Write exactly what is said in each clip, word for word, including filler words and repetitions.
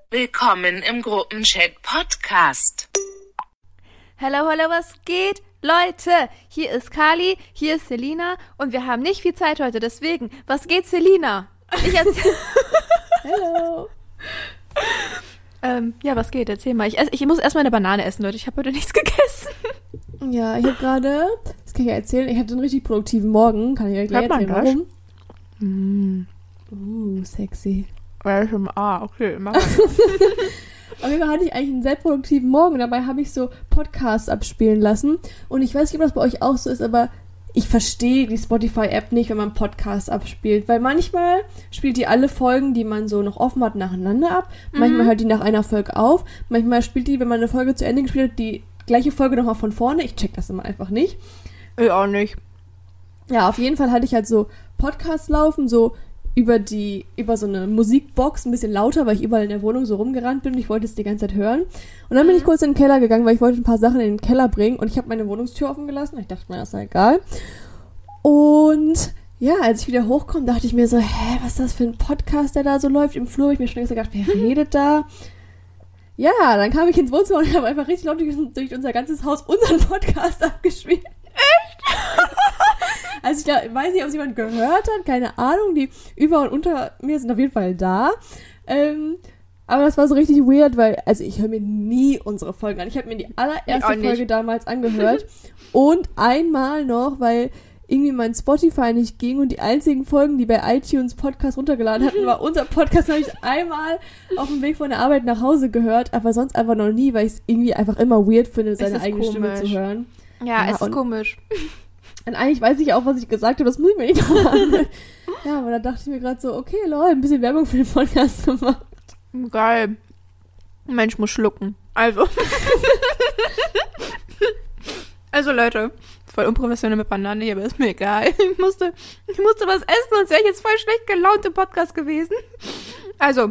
Willkommen im Gruppenchat Podcast. Hallo, hallo, was geht? Leute, hier ist Kali, hier ist Selina und wir haben nicht viel Zeit heute, deswegen, was geht, Selina? Ich erzähl... Hallo. ähm, ja, was geht? Erzähl mal. Ich, ess, ich muss erstmal eine Banane essen, Leute. Ich habe heute nichts gegessen. Ja, ich habe gerade, das kann ich ja erzählen, ich hatte einen richtig produktiven Morgen. Kann ich euch gleich erzählen, warum? Mm. Uh, sexy. Ah, okay, mach mal. Auf jeden Fall hatte ich eigentlich einen sehr produktiven Morgen. Dabei habe ich so Podcasts abspielen lassen. Und ich weiß nicht, ob das bei euch auch so ist, aber ich verstehe die Spotify-App nicht, wenn man Podcasts abspielt. Weil manchmal spielt die alle Folgen, die man so noch offen hat, nacheinander ab. Mhm. Manchmal hört die nach einer Folge auf. Manchmal spielt die, wenn man eine Folge zu Ende gespielt hat, die gleiche Folge nochmal von vorne. Ich check das immer einfach nicht. Ich auch nicht. Ja, auf jeden Fall hatte ich halt so Podcasts laufen, so über die, über so eine Musikbox, ein bisschen lauter, weil ich überall in der Wohnung so rumgerannt bin und ich wollte es die ganze Zeit hören. Und dann bin ich kurz in den Keller gegangen, weil ich wollte ein paar Sachen in den Keller bringen und ich habe meine Wohnungstür offen gelassen. Ich dachte mir, das ist ja egal. Und ja, als ich wieder hochkomme, dachte ich mir so, hä, was ist das für ein Podcast, der da so läuft im Flur? Hab ich mir schon gedacht, wer redet da? Ja, dann kam ich ins Wohnzimmer und habe einfach richtig laut durch unser ganzes Haus unseren Podcast abgespielt. Echt? Also ich glaub, weiß nicht, ob es jemand gehört hat, keine Ahnung, die über und unter mir sind auf jeden Fall da. Ähm, aber das war so richtig weird, weil, also ich höre mir nie unsere Folgen an. Ich habe mir die allererste Folge damals angehört und einmal noch, weil irgendwie mein Spotify nicht ging und die einzigen Folgen, die bei iTunes Podcast runtergeladen hatten, war unser Podcast, habe ich einmal auf dem Weg von der Arbeit nach Hause gehört, aber sonst einfach noch nie, weil ich es irgendwie einfach immer weird finde, seine eigene komisch. Stimme zu hören. Ja, ja es ist komisch. Und eigentlich weiß ich auch, was ich gesagt habe, das muss ich mir nicht nochmal anhören. Ja, aber da dachte ich mir gerade so, okay, lol, ein bisschen Werbung für den Podcast gemacht. Geil. Mensch muss schlucken. Also. Also Leute, voll unprofessionell mit Banane hier, aber ist mir egal. Ich musste, ich musste was essen, sonst wäre ich jetzt voll schlecht gelaunt im Podcast gewesen. Also,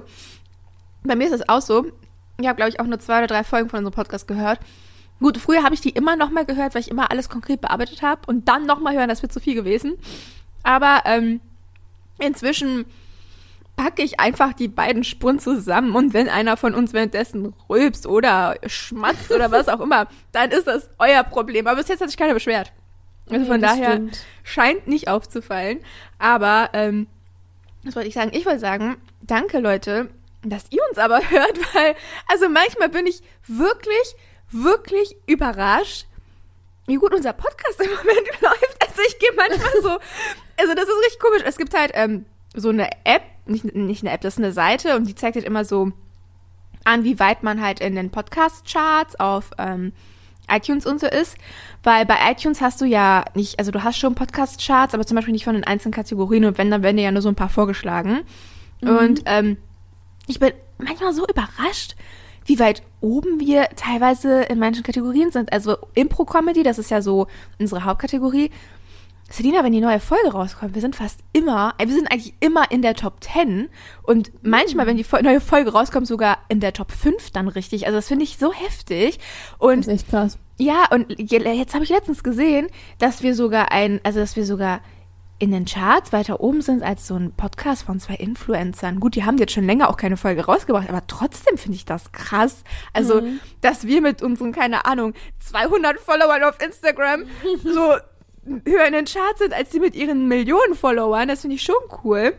bei mir ist es auch so, ich habe, glaube ich, auch nur zwei oder drei Folgen von unserem Podcast gehört. Gut, früher habe ich die immer nochmal gehört, weil ich immer alles konkret bearbeitet habe und dann nochmal hören, das wird zu viel gewesen. Aber ähm, inzwischen packe ich einfach die beiden Spuren zusammen und wenn einer von uns währenddessen rülpst oder schmatzt oder was auch immer, dann ist das euer Problem. Aber bis jetzt hat sich keiner beschwert. Also von ja, daher stimmt. Scheint nicht aufzufallen. Aber, ähm, was wollte ich sagen? Ich wollte sagen, danke Leute, dass ihr uns aber hört, weil, also manchmal bin ich wirklich... wirklich überrascht, wie gut unser Podcast im Moment läuft. Also ich gehe manchmal so, also das ist richtig komisch. Es gibt halt ähm, so eine App, nicht, nicht eine App, das ist eine Seite und die zeigt halt immer so an, wie weit man halt in den Podcast-Charts auf ähm, iTunes und so ist. Weil bei iTunes hast du ja nicht, also du hast schon Podcast-Charts, aber zum Beispiel nicht von den einzelnen Kategorien und wenn, dann werden dir ja nur so ein paar vorgeschlagen. Mhm. Und ähm, ich bin manchmal so überrascht, wie weit oben wir teilweise in manchen Kategorien sind. Also Impro-Comedy, das ist ja so unsere Hauptkategorie. Selina, wenn die neue Folge rauskommt, wir sind fast immer, wir sind eigentlich immer in der Top zehn und manchmal, wenn die neue Folge rauskommt, sogar in der Top fünf dann richtig. Also das finde ich so heftig. Und das ist echt krass. Ja, und jetzt habe ich letztens gesehen, dass wir sogar ein, also dass wir sogar in den Charts weiter oben sind als so ein Podcast von zwei Influencern. Gut, die haben jetzt schon länger auch keine Folge rausgebracht, aber trotzdem finde ich das krass. Also, mhm. dass wir mit unseren, keine Ahnung, zweihundert Followern auf Instagram so höher in den Charts sind, als die mit ihren Millionen Followern. Das finde ich schon cool.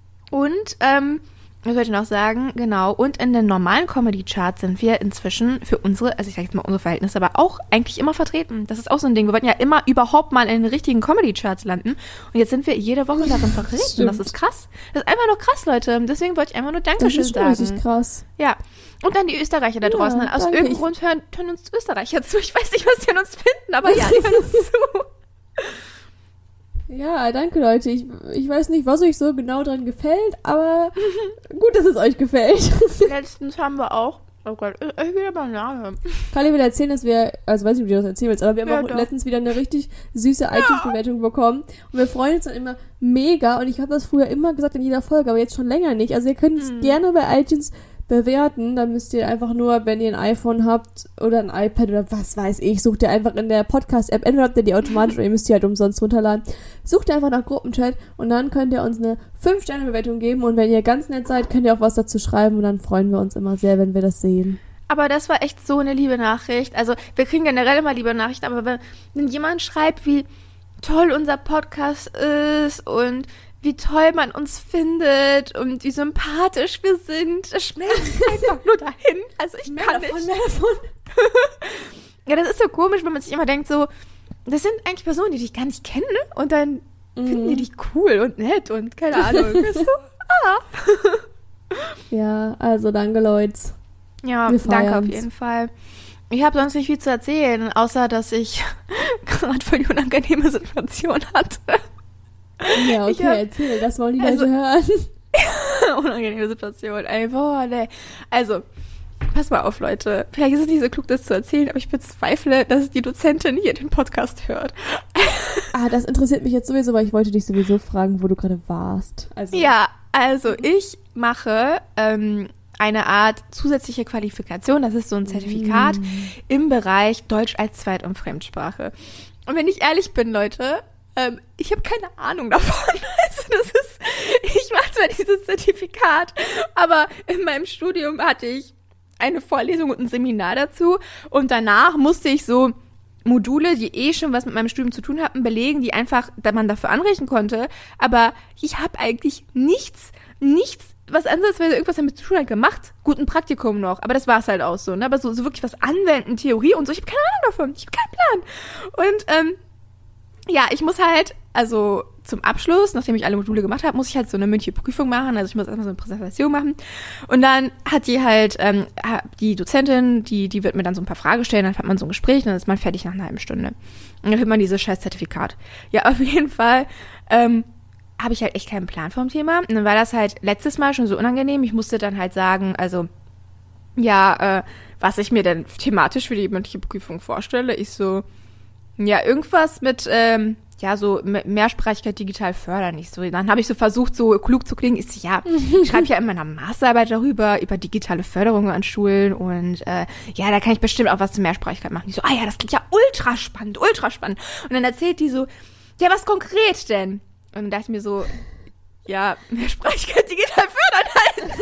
Und, ähm, was soll ich noch sagen? Genau. Und in den normalen Comedy-Charts sind wir inzwischen für unsere, also ich sage jetzt mal unsere Verhältnisse, aber auch eigentlich immer vertreten. Das ist auch so ein Ding. Wir wollten ja immer überhaupt mal in den richtigen Comedy-Charts landen. Und jetzt sind wir jede Woche darin vertreten. Stimmt. Das ist krass. Das ist einfach nur krass, Leute. Deswegen wollte ich einfach nur Dankeschön sagen. Das ist richtig krass. Ja. Und dann die Österreicher da draußen. Ja, aus danke. Irgendeinem Grund hören, hören uns Österreicher zu. Ich weiß nicht, was die an uns finden, aber ja, die hören uns zu. Ja, danke Leute. Ich, ich weiß nicht, was euch so genau dran gefällt, aber gut, dass es euch gefällt. Letztens haben wir auch, oh Gott, ich, ich will aber nachhören. Kali will erzählen, dass wir, also weiß nicht, ob du das erzählen willst, aber wir haben ja, auch doch. letztens wieder eine richtig süße ja. iTunes-Bewertung bekommen und wir freuen uns dann immer mega und ich habe das früher immer gesagt in jeder Folge, aber jetzt schon länger nicht. Also ihr könnt uns hm. gerne bei iTunes bewerten, dann müsst ihr einfach nur, wenn ihr ein iPhone habt oder ein iPad oder was weiß ich, sucht ihr einfach in der Podcast-App, entweder habt ihr die automatisch oder ihr müsst die halt umsonst runterladen, sucht ihr einfach nach Gruppenchat und dann könnt ihr uns eine fünf Sterne Bewertung geben und wenn ihr ganz nett seid, könnt ihr auch was dazu schreiben und dann freuen wir uns immer sehr, wenn wir das sehen. Aber das war echt so eine liebe Nachricht. Also wir kriegen generell immer liebe Nachrichten, aber wenn, wenn jemand schreibt, wie toll unser Podcast ist und wie toll man uns findet und wie sympathisch wir sind, das schmelzt einfach nur dahin. Also ich Mehr kann davon, nicht. mehr davon. Ja, das ist so komisch, wenn man sich immer denkt so, das sind eigentlich Personen, die dich gar nicht kennen und dann mhm. finden die dich cool und nett und keine Ahnung. Weißt du? Ah. Ja, also danke, Leute. Ja, Wir danke auf feiern's. jeden Fall. Ich habe sonst nicht viel zu erzählen, außer dass ich gerade voll die unangenehme Situation hatte. Ja, Ich okay, hab- erzähl, das wollen die also- Leute hören. Unangenehme Situation. Ey, boah, ne. Also, pass mal auf, Leute. Vielleicht ist es nicht so klug, das zu erzählen, aber ich bezweifle, dass die Dozentin hier den Podcast hört. Ah, das interessiert mich jetzt sowieso, weil ich wollte dich sowieso fragen, wo du gerade warst. Also, Ja, also ich mache ähm, eine Art zusätzliche Qualifikation. Das ist so ein Zertifikat im Bereich Deutsch als Zweit- und Fremdsprache. Und wenn ich ehrlich bin, Leute, ähm, ich habe keine Ahnung davon. Also das ist, ich mache zwar dieses Zertifikat, aber in meinem Studium hatte ich eine Vorlesung und ein Seminar dazu und danach musste ich so Module, die eh schon was mit meinem Studium zu tun hatten, belegen, die einfach, da man dafür anrechnen konnte, aber ich habe eigentlich nichts, nichts, was ansatzweise irgendwas damit zu tun hat, gemacht. Gut, ein Praktikum noch, aber das war es halt auch so, ne? Aber so, so wirklich was anwenden, Theorie und so, ich habe keine Ahnung davon, ich habe keinen Plan. Und ähm, ja, ich muss halt, also zum Abschluss, nachdem ich alle Module gemacht habe, muss ich halt so eine mündliche Prüfung machen. Also ich muss erstmal so eine Präsentation machen. Und dann hat die halt, ähm, die Dozentin, die, die wird mir dann so ein paar Fragen stellen, dann hat man so ein Gespräch und dann ist man fertig nach einer halben Stunde. Und dann hat man dieses scheiß Zertifikat. Ja, auf jeden Fall ähm, habe ich halt echt keinen Plan vom Thema. Und dann war das halt letztes Mal schon so unangenehm. Ich musste dann halt sagen, also ja, äh, was ich mir denn thematisch für die mündliche Prüfung vorstelle. Ich so, ja, irgendwas mit, ähm, ja, so M- Mehrsprachigkeit digital fördern. Nicht so. Dann habe ich so versucht, so klug zu klingen. Ich so, ja, ich schreibe ja in meiner Masterarbeit darüber, über digitale Förderung an Schulen und äh, ja, da kann ich bestimmt auch was zur Mehrsprachigkeit machen. Ich so, ah ja, das klingt ja ultra spannend, ultra spannend. Und dann erzählt die so, ja, was konkret denn? Und dann dachte ich mir so, ja, Mehrsprachigkeit digital fördern halt.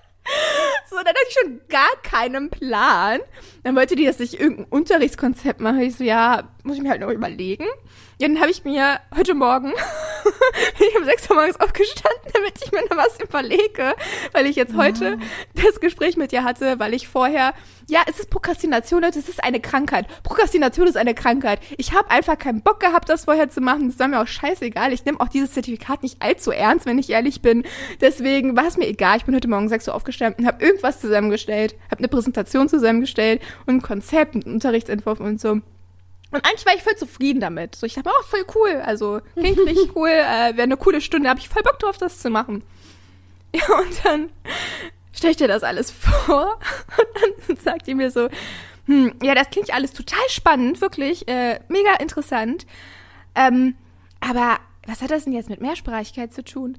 So, dann hatte ich schon gar keinen Plan. Dann wollte die, dass ich irgendein Unterrichtskonzept mache. Ich so, ja, muss ich mir halt noch überlegen. Ja, dann habe ich mir heute Morgen, bin ich um sechs Uhr morgens aufgestanden, damit ich mir noch was überlege, weil ich jetzt heute das Gespräch mit ihr hatte, weil ich vorher, ja, es ist Prokrastination, Leute, es ist eine Krankheit. Prokrastination ist eine Krankheit. Ich habe einfach keinen Bock gehabt, das vorher zu machen. Das war mir auch scheißegal. Ich nehme auch dieses Zertifikat nicht allzu ernst, wenn ich ehrlich bin. Deswegen war es mir egal. Ich bin heute Morgen um sechs Uhr aufgestanden, habe irgendwas zusammengestellt, habe eine Präsentation zusammengestellt und ein Konzept, einen Unterrichtsentwurf und so. Und eigentlich war ich voll zufrieden damit. So, ich dachte, oh, voll cool. Also, klingt richtig cool. Äh, wäre eine coole Stunde. Habe ich voll Bock drauf, das zu machen. Ja, und dann stelle ich dir das alles vor. Und dann sagt die mir so, hm, ja, das klingt ja alles total spannend. Wirklich, äh, mega interessant. Ähm, aber was hat das denn jetzt mit Mehrsprachigkeit zu tun?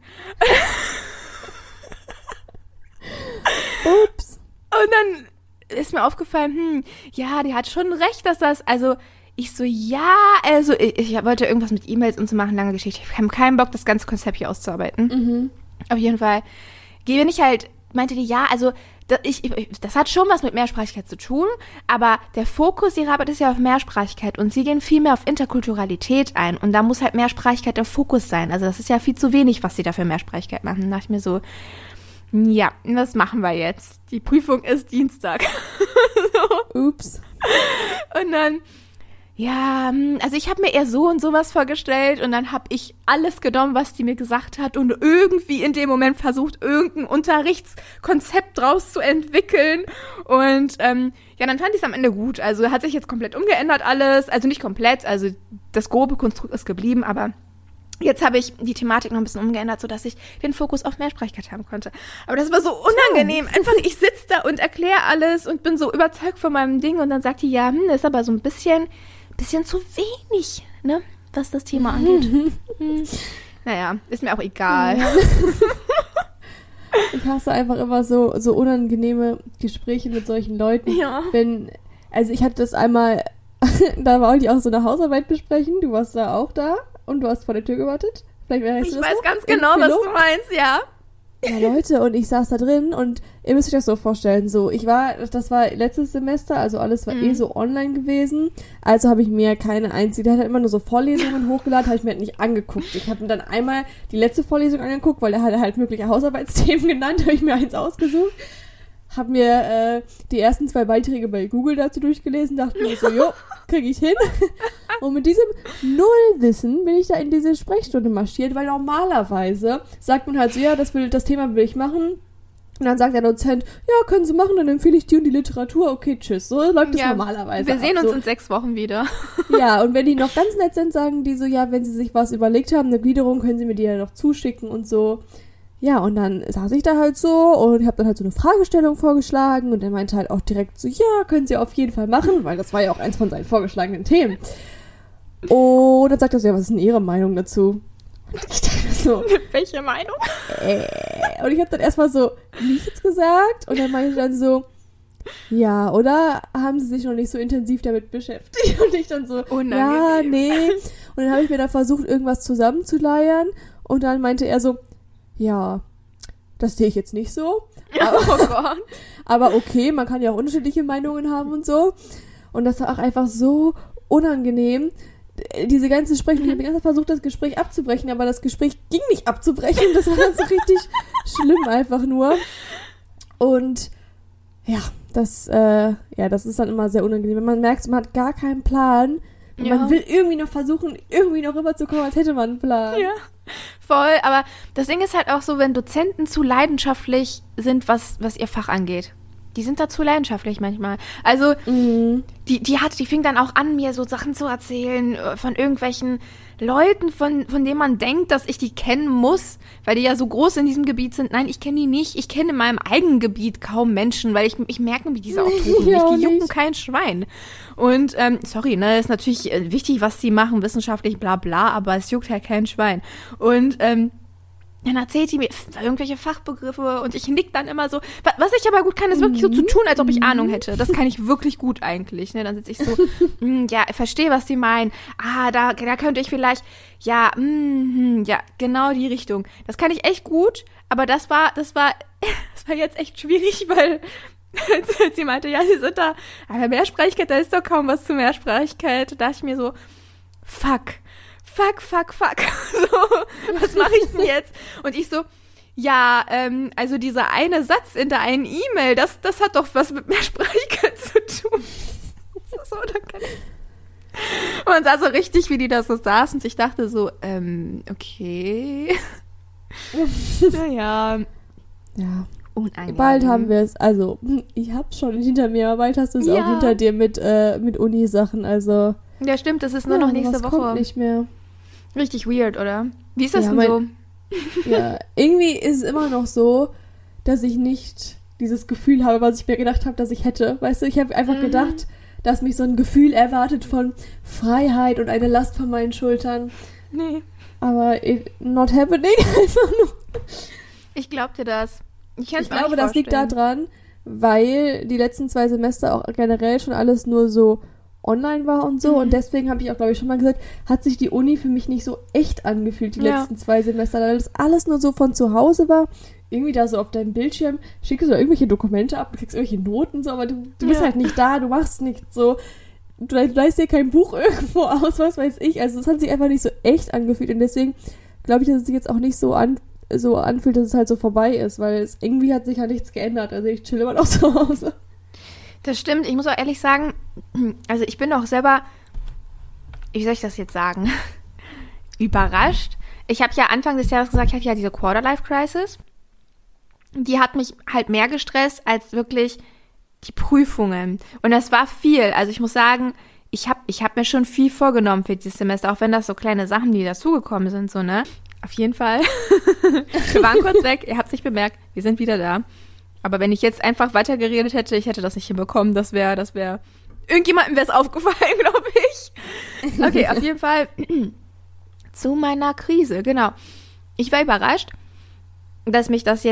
Ups. Und dann ist mir aufgefallen, hm, ja, die hat schon recht, dass das, also, ich so, ja, also, ich, ich wollte irgendwas mit E-Mails und so machen, lange Geschichte. Ich habe keinen Bock, das ganze Konzept hier auszuarbeiten. Mhm. Auf jeden Fall. Wenn ich halt, meinte die, ja, also, das, ich, ich, das hat schon was mit Mehrsprachigkeit zu tun, aber der Fokus ihrer Arbeit ist ja auf Mehrsprachigkeit und sie gehen viel mehr auf Interkulturalität ein und da muss halt Mehrsprachigkeit der Fokus sein. Also, das ist ja viel zu wenig, was sie da für Mehrsprachigkeit machen. Da dachte ich mir so, ja, was machen wir jetzt? Die Prüfung ist Dienstag. So. Ups. Und dann, ja, also ich habe mir eher so und sowas vorgestellt und dann habe ich alles genommen, was die mir gesagt hat und irgendwie in dem Moment versucht, irgendein Unterrichtskonzept draus zu entwickeln. Und ähm, ja, dann fand ich es am Ende gut. Also hat sich jetzt komplett umgeändert alles. Also nicht komplett, also das grobe Konstrukt ist geblieben, aber jetzt habe ich die Thematik noch ein bisschen umgeändert, sodass ich den Fokus auf Mehrsprachigkeit haben konnte. Aber das war so unangenehm. Einfach, ich sitze da und erkläre alles und bin so überzeugt von meinem Ding. Und dann sagt die, ja, hm, das ist aber so ein bisschen, bisschen zu wenig, ne, was das Thema angeht. hm. Naja, ist mir auch egal. Ich hasse einfach immer so, so unangenehme Gespräche mit solchen Leuten. Ja. Wenn, also ich hatte das einmal, da wollte ich auch so eine Hausarbeit besprechen, du warst da auch da und du hast vor der Tür gewartet. Vielleicht weißt Ich du das weiß noch? ganz In genau, was Philo. du meinst, ja. Ja, Leute, und ich saß da drin und ihr müsst euch das so vorstellen, so, ich war, das war letztes Semester, also alles war Mhm. eh so online gewesen, also habe ich mir keine einzige, der hat halt immer nur so Vorlesungen hochgeladen, habe ich mir halt nicht angeguckt. Ich habe mir dann einmal die letzte Vorlesung angeguckt, weil der hat halt mögliche Hausarbeitsthemen genannt, habe ich mir eins ausgesucht, habe mir äh, die ersten zwei Beiträge bei Google dazu durchgelesen, dachte mir so, jo, kriege ich hin. Und mit diesem Nullwissen bin ich da in diese Sprechstunde marschiert, weil normalerweise sagt man halt so, ja, das, will, das Thema will ich machen. Und dann sagt der Dozent, ja, können Sie machen, dann empfehle ich die und die Literatur, okay, tschüss. So läuft es Ja, normalerweise Wir sehen ab. uns so. in sechs Wochen wieder. Ja, und wenn die noch ganz nett sind, sagen die so, ja, wenn Sie sich was überlegt haben, eine Gliederung, können Sie mir die ja noch zuschicken und so. Ja, und dann saß ich da halt so und ich habe dann halt so eine Fragestellung vorgeschlagen und er meinte halt auch direkt so, ja, können Sie auf jeden Fall machen, weil das war ja auch eins von seinen vorgeschlagenen Themen. Und dann sagt er so, ja, was ist denn Ihre Meinung dazu? Und ich dachte so, Welche Meinung? äh, und ich habe dann erstmal so nichts gesagt und dann meinte ich dann so, ja, oder haben Sie sich noch nicht so intensiv damit beschäftigt? Und ich dann so, Unangenehm. ja, nee. Und dann habe ich mir da versucht, irgendwas zusammenzuleiern und dann meinte er so, ja, das sehe ich jetzt nicht so. Aber, Oh Gott. aber okay, man kann ja auch unterschiedliche Meinungen haben und so. Und das war auch einfach so unangenehm. Diese ganze Sprechung, ich habe die ganze Zeit versucht, das Gespräch abzubrechen, aber das Gespräch ging nicht abzubrechen. Das war dann so richtig schlimm einfach nur. Und ja, das, äh, ja, das ist dann immer sehr unangenehm. Wenn man merkt, man hat gar keinen Plan. Und Ja. man will irgendwie noch versuchen, irgendwie noch rüberzukommen, als hätte man einen Plan. Ja, voll. Aber das Ding ist halt auch so, wenn Dozenten zu leidenschaftlich sind, was, was ihr Fach angeht. Die sind da zu leidenschaftlich manchmal. Also, Mhm. die, die hat, die fing dann auch an, mir so Sachen zu erzählen äh, von irgendwelchen Leuten, von, von denen man denkt, dass ich die kennen muss, weil die ja so groß in diesem Gebiet sind. Nein, ich kenne die nicht. Ich kenne in meinem eigenen Gebiet kaum Menschen, weil ich, ich merke mir diese Autoren Ich auch nicht. Die jucken nicht. kein Schwein. Und, ähm, sorry, ne, ist natürlich äh, wichtig, was sie machen, wissenschaftlich, bla bla, aber es juckt halt kein Schwein. Und, ähm, dann erzählt die mir irgendwelche Fachbegriffe und ich nick dann immer so. Wa- Was ich aber gut kann, ist wirklich so zu tun, als ob ich Ahnung hätte. Das kann ich wirklich gut eigentlich. Ne? Dann sitze ich so, mm, ja, ich verstehe, was die meinen. Ah, da, da könnte ich vielleicht, ja, mm, ja, genau die Richtung. Das kann ich echt gut, aber das war, das war, das war jetzt echt schwierig, weil als sie meinte, ja, sie sind da, aber Mehrsprachigkeit, da ist doch kaum was zu Mehrsprachigkeit. Da dachte ich mir so, fuck. Fuck, fuck, fuck. So, was mache ich denn jetzt? Und ich so, ja, ähm, also dieser eine Satz in der einen E-Mail, das, das hat doch was mit Mehrsprachigkeit zu tun. So, dann kann ich. Und man sah so richtig, wie die da so saßen. Und ich dachte so, ähm, okay. Naja, Ja. unangenehm. Bald haben wir es. Also, ich hab's schon hinter mir, aber bald hast du es Ja. auch hinter dir mit, äh, mit Uni-Sachen. Also, Ja, stimmt, das ist nur ja, noch nächste was Woche. kommt nicht mehr. Richtig weird, oder? Wie ist das Ja, denn mein- so? Ja, irgendwie ist es immer noch so, dass ich nicht dieses Gefühl habe, was ich mir gedacht habe, dass ich hätte. Weißt du, ich habe einfach Mhm. gedacht, dass mich so ein Gefühl erwartet von Freiheit und eine Last von meinen Schultern. Nee. Aber it, not happening. Einfach nur. Ich glaub dir das. Ich, kann's Ich mir auch glaube, nicht das liegt vorstellen. daran, weil die letzten zwei Semester auch generell schon alles nur so online war und so. Mhm. Und deswegen habe ich auch, glaube ich, schon mal gesagt, hat sich die Uni für mich nicht so echt angefühlt, die Ja. letzten zwei Semester, weil das alles nur so von zu Hause war. Irgendwie da so auf deinem Bildschirm schickst du da irgendwelche Dokumente ab, du kriegst irgendwelche Noten so, aber du, du bist Ja. halt nicht da, du machst nichts so. Du le- leihst dir kein Buch irgendwo aus, was weiß ich. Also es hat sich einfach nicht so echt angefühlt und deswegen glaube ich, dass es sich jetzt auch nicht so an so anfühlt, dass es halt so vorbei ist, weil es irgendwie hat sich halt nichts geändert. Also ich chill immer noch zu Hause. Das stimmt. Ich muss auch ehrlich sagen, also ich bin auch selber, wie soll ich das jetzt sagen, überrascht. Ich habe ja Anfang des Jahres gesagt, ich hatte ja diese Quarter-Life-Crisis. Die hat mich halt mehr gestresst als wirklich die Prüfungen. Und das war viel. Also ich muss sagen, ich habe ich hab mir schon viel vorgenommen für dieses Semester, auch wenn das so kleine Sachen, die dazugekommen sind, so, ne? Auf jeden Fall. Wir waren kurz weg, ihr habt es nicht bemerkt, wir sind wieder da. Aber wenn ich jetzt einfach weitergeredet hätte, ich hätte das nicht hinbekommen, das wäre, das wäre, irgendjemandem wäre es aufgefallen, glaube ich. Okay, auf jeden Fall zu meiner Krise, genau. Ich war überrascht, dass mich das jetzt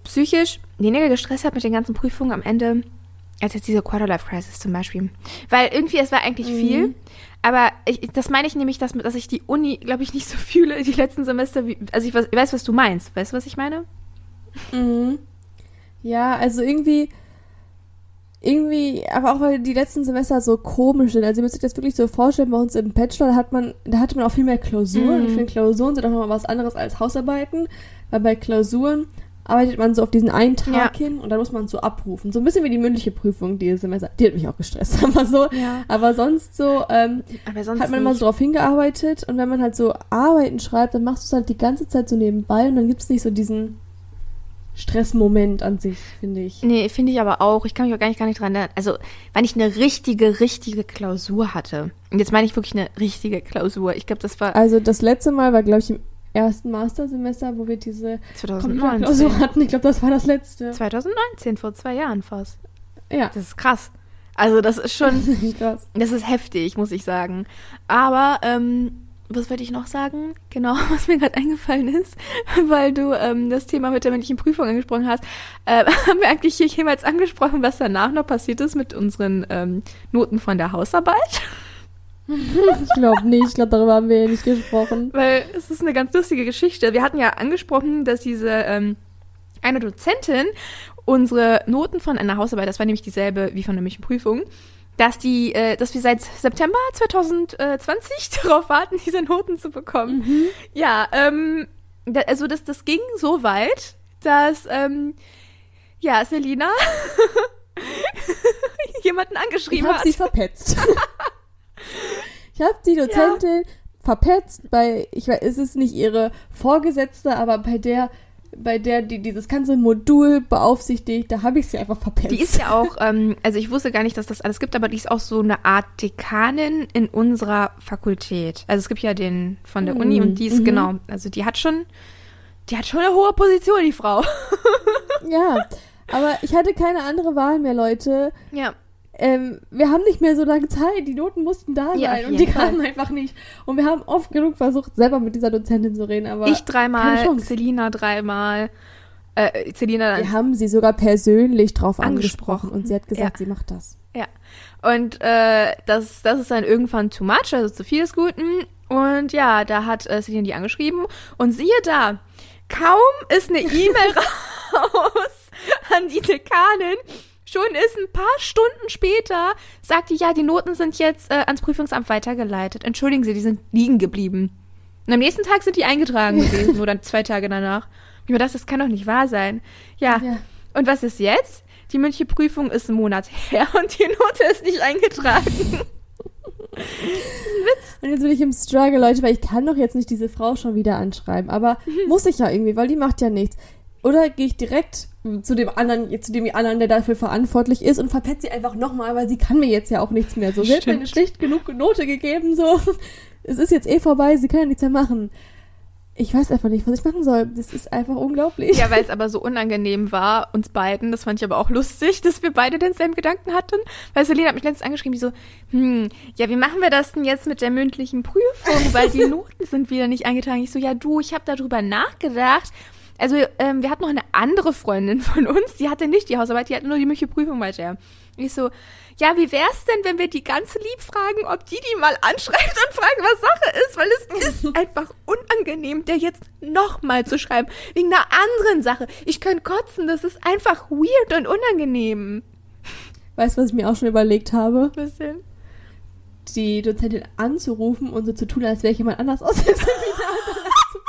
psychisch weniger gestresst habe mit den ganzen Prüfungen am Ende, als jetzt diese Quarterlife-Crisis zum Beispiel. Weil irgendwie, es war eigentlich Mhm. viel, aber ich, das meine ich nämlich, dass, dass ich die Uni, glaube ich, nicht so fühle, die letzten Semester, wie, also ich, weiß- ich weiß, was du meinst. Weißt du, was ich meine? Mhm. Ja, also irgendwie, irgendwie, aber auch weil die letzten Semester so komisch sind. Also ihr müsst euch das wirklich so vorstellen, bei uns im Bachelor hat man, da hatte man auch viel mehr Klausuren. Mhm. Ich finde, Klausuren sind auch nochmal was anderes als Hausarbeiten, weil bei Klausuren arbeitet man so auf diesen einen Tag Ja. hin und dann muss man so abrufen. So ein bisschen wie die mündliche Prüfung dieses Semester. Die hat mich auch gestresst, aber so. Ja. Aber sonst so, ähm, Aber sonst hat man immer so drauf hingearbeitet und wenn man halt so Arbeiten schreibt, dann machst du es halt die ganze Zeit so nebenbei und dann gibt es nicht so diesen Stressmoment an sich, finde ich. Nee, finde ich aber auch. Ich kann mich auch gar nicht, gar nicht dran erinnern. Also, wann ich eine richtige, richtige Klausur hatte. Und jetzt meine ich wirklich eine richtige Klausur. Ich glaube, das war Also das letzte Mal war, glaube ich, im ersten Mastersemester, wo wir diese Klausur zweitausendneunzehn. hatten. Ich glaube, das war das letzte. zweitausendneunzehn, vor zwei Jahren fast. Ja, Das ist krass. Also, das ist schon, das ist echt krass. das ist heftig, muss ich sagen. Aber, ähm, was wollte ich noch sagen? Genau, was mir gerade eingefallen ist, weil du ähm, das Thema mit der mündlichen Prüfung angesprochen hast. Äh, haben wir eigentlich hier jemals angesprochen, was danach noch passiert ist mit unseren ähm, Noten von der Hausarbeit? Ich glaube nicht. Ich glaube, darüber haben wir ja nicht gesprochen. Weil es ist eine ganz lustige Geschichte. Wir hatten ja angesprochen, dass diese ähm, eine Dozentin unsere Noten von einer Hausarbeit, das war nämlich dieselbe wie von der mündlichen Prüfung, dass die, äh, dass wir seit September zwanzig zwanzig darauf warten, diese Noten zu bekommen. Mhm. Ja, ähm, da, also das, das ging so weit, dass ähm, ja, Selina jemanden Ich angeschrieben habe hat. sie verpetzt. Ich habe die Dozentin verpetzt bei, ich weiß, es ist nicht ihre Vorgesetzte, aber bei der, bei der die dieses ganze Modul beaufsichtigt, da habe ich sie einfach verpetzt. Die ist ja auch, ähm, also ich wusste gar nicht, dass das alles gibt, aber die ist auch so eine Art Dekanin in unserer Fakultät. Also es gibt ja den von der Uni und die ist, Mhm. genau, also die hat schon, die hat schon eine hohe Position, die Frau. Ja, aber ich hatte keine andere Wahl mehr, Leute. Ja. Ähm, wir haben nicht mehr so lange Zeit, die Noten mussten da Ja, sein auf und die jeden Fall. kamen einfach nicht. Und wir haben oft genug versucht, selber mit dieser Dozentin zu reden, aber Ich keine dreimal, Chance. Selina dreimal, äh, Selina dann. wir haben sie sogar persönlich drauf angesprochen, Angesprochen. und sie hat gesagt, Ja. sie macht das. Ja. Und äh, das, das ist dann irgendwann too much, also zu viel des Guten. Und ja, da hat äh, Selina die angeschrieben. Und siehe da, kaum ist eine E-Mail raus an die Dekanin, schon ist ein paar Stunden später, sagt die, ja, die Noten sind jetzt äh, ans Prüfungsamt weitergeleitet. Entschuldigen Sie, die sind liegen geblieben. Und am nächsten Tag sind die eingetragen gewesen, oder zwei Tage danach. Ich mir dachte, das kann doch nicht wahr sein. Ja, Ja. und was ist jetzt? Die mündliche Prüfung ist einen Monat her und die Note ist nicht eingetragen. Und jetzt bin ich im Struggle, Leute, weil ich kann doch jetzt nicht diese Frau schon wieder anschreiben. Aber muss ich ja irgendwie, weil die macht ja nichts. Oder gehe ich direkt zu dem anderen, zu dem anderen, der dafür verantwortlich ist und verpetze sie einfach nochmal, weil sie kann mir jetzt ja auch nichts mehr. So, sie hat mir eine schlecht genug Note gegeben, so. Es ist jetzt eh vorbei, sie kann ja nichts mehr machen. Ich weiß einfach nicht, was ich machen soll. Das ist einfach unglaublich. Ja, weil es aber so unangenehm war, uns beiden, das fand ich aber auch lustig, dass wir beide denselben Gedanken hatten. Weil Selina hat mich letztens angeschrieben, die so, hm, ja, wie machen wir das denn jetzt mit der mündlichen Prüfung, weil die Noten sind wieder nicht eingetragen. Ich so, ja du, ich habe darüber nachgedacht. Also ähm, wir hatten noch eine andere Freundin von uns, die hatte nicht die Hausarbeit, die hatte nur die mündliche Prüfung weiter. Ich so, ja, wie wär's denn, wenn wir die ganz lieb fragen, ob die die mal anschreibt und fragen, was Sache ist, weil es ist einfach unangenehm, der jetzt nochmal zu schreiben, wegen einer anderen Sache. Ich könnte kotzen, das ist einfach weird und unangenehm. Weißt du, was ich mir auch schon überlegt habe? Was denn? Die Dozentin anzurufen und so zu tun, als wäre ich jemand anders aus dem Seminar.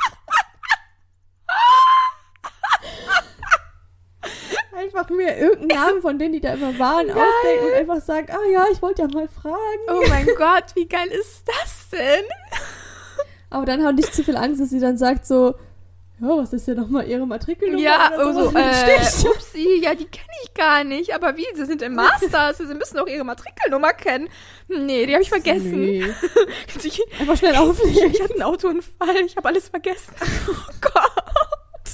Einfach mir irgendeinen Namen von denen, die da immer waren, ausdenken und einfach sagen, ah ja, ich wollte ja mal fragen. Oh mein Gott, wie geil ist das denn? Aber dann habe ich zu viel Angst, dass sie dann sagt so, ja, was ist denn nochmal ihre Matrikelnummer? Ja, oder also, sowas? äh, Stich. upsie, ja, die kenne ich gar nicht. Aber wie, sie sind im Master, sie müssen auch ihre Matrikelnummer kennen. Nee, die habe ich vergessen. Nee. Ich, Einfach schnell auflegen. ich hatte einen Autounfall, ich habe alles vergessen. Oh Gott.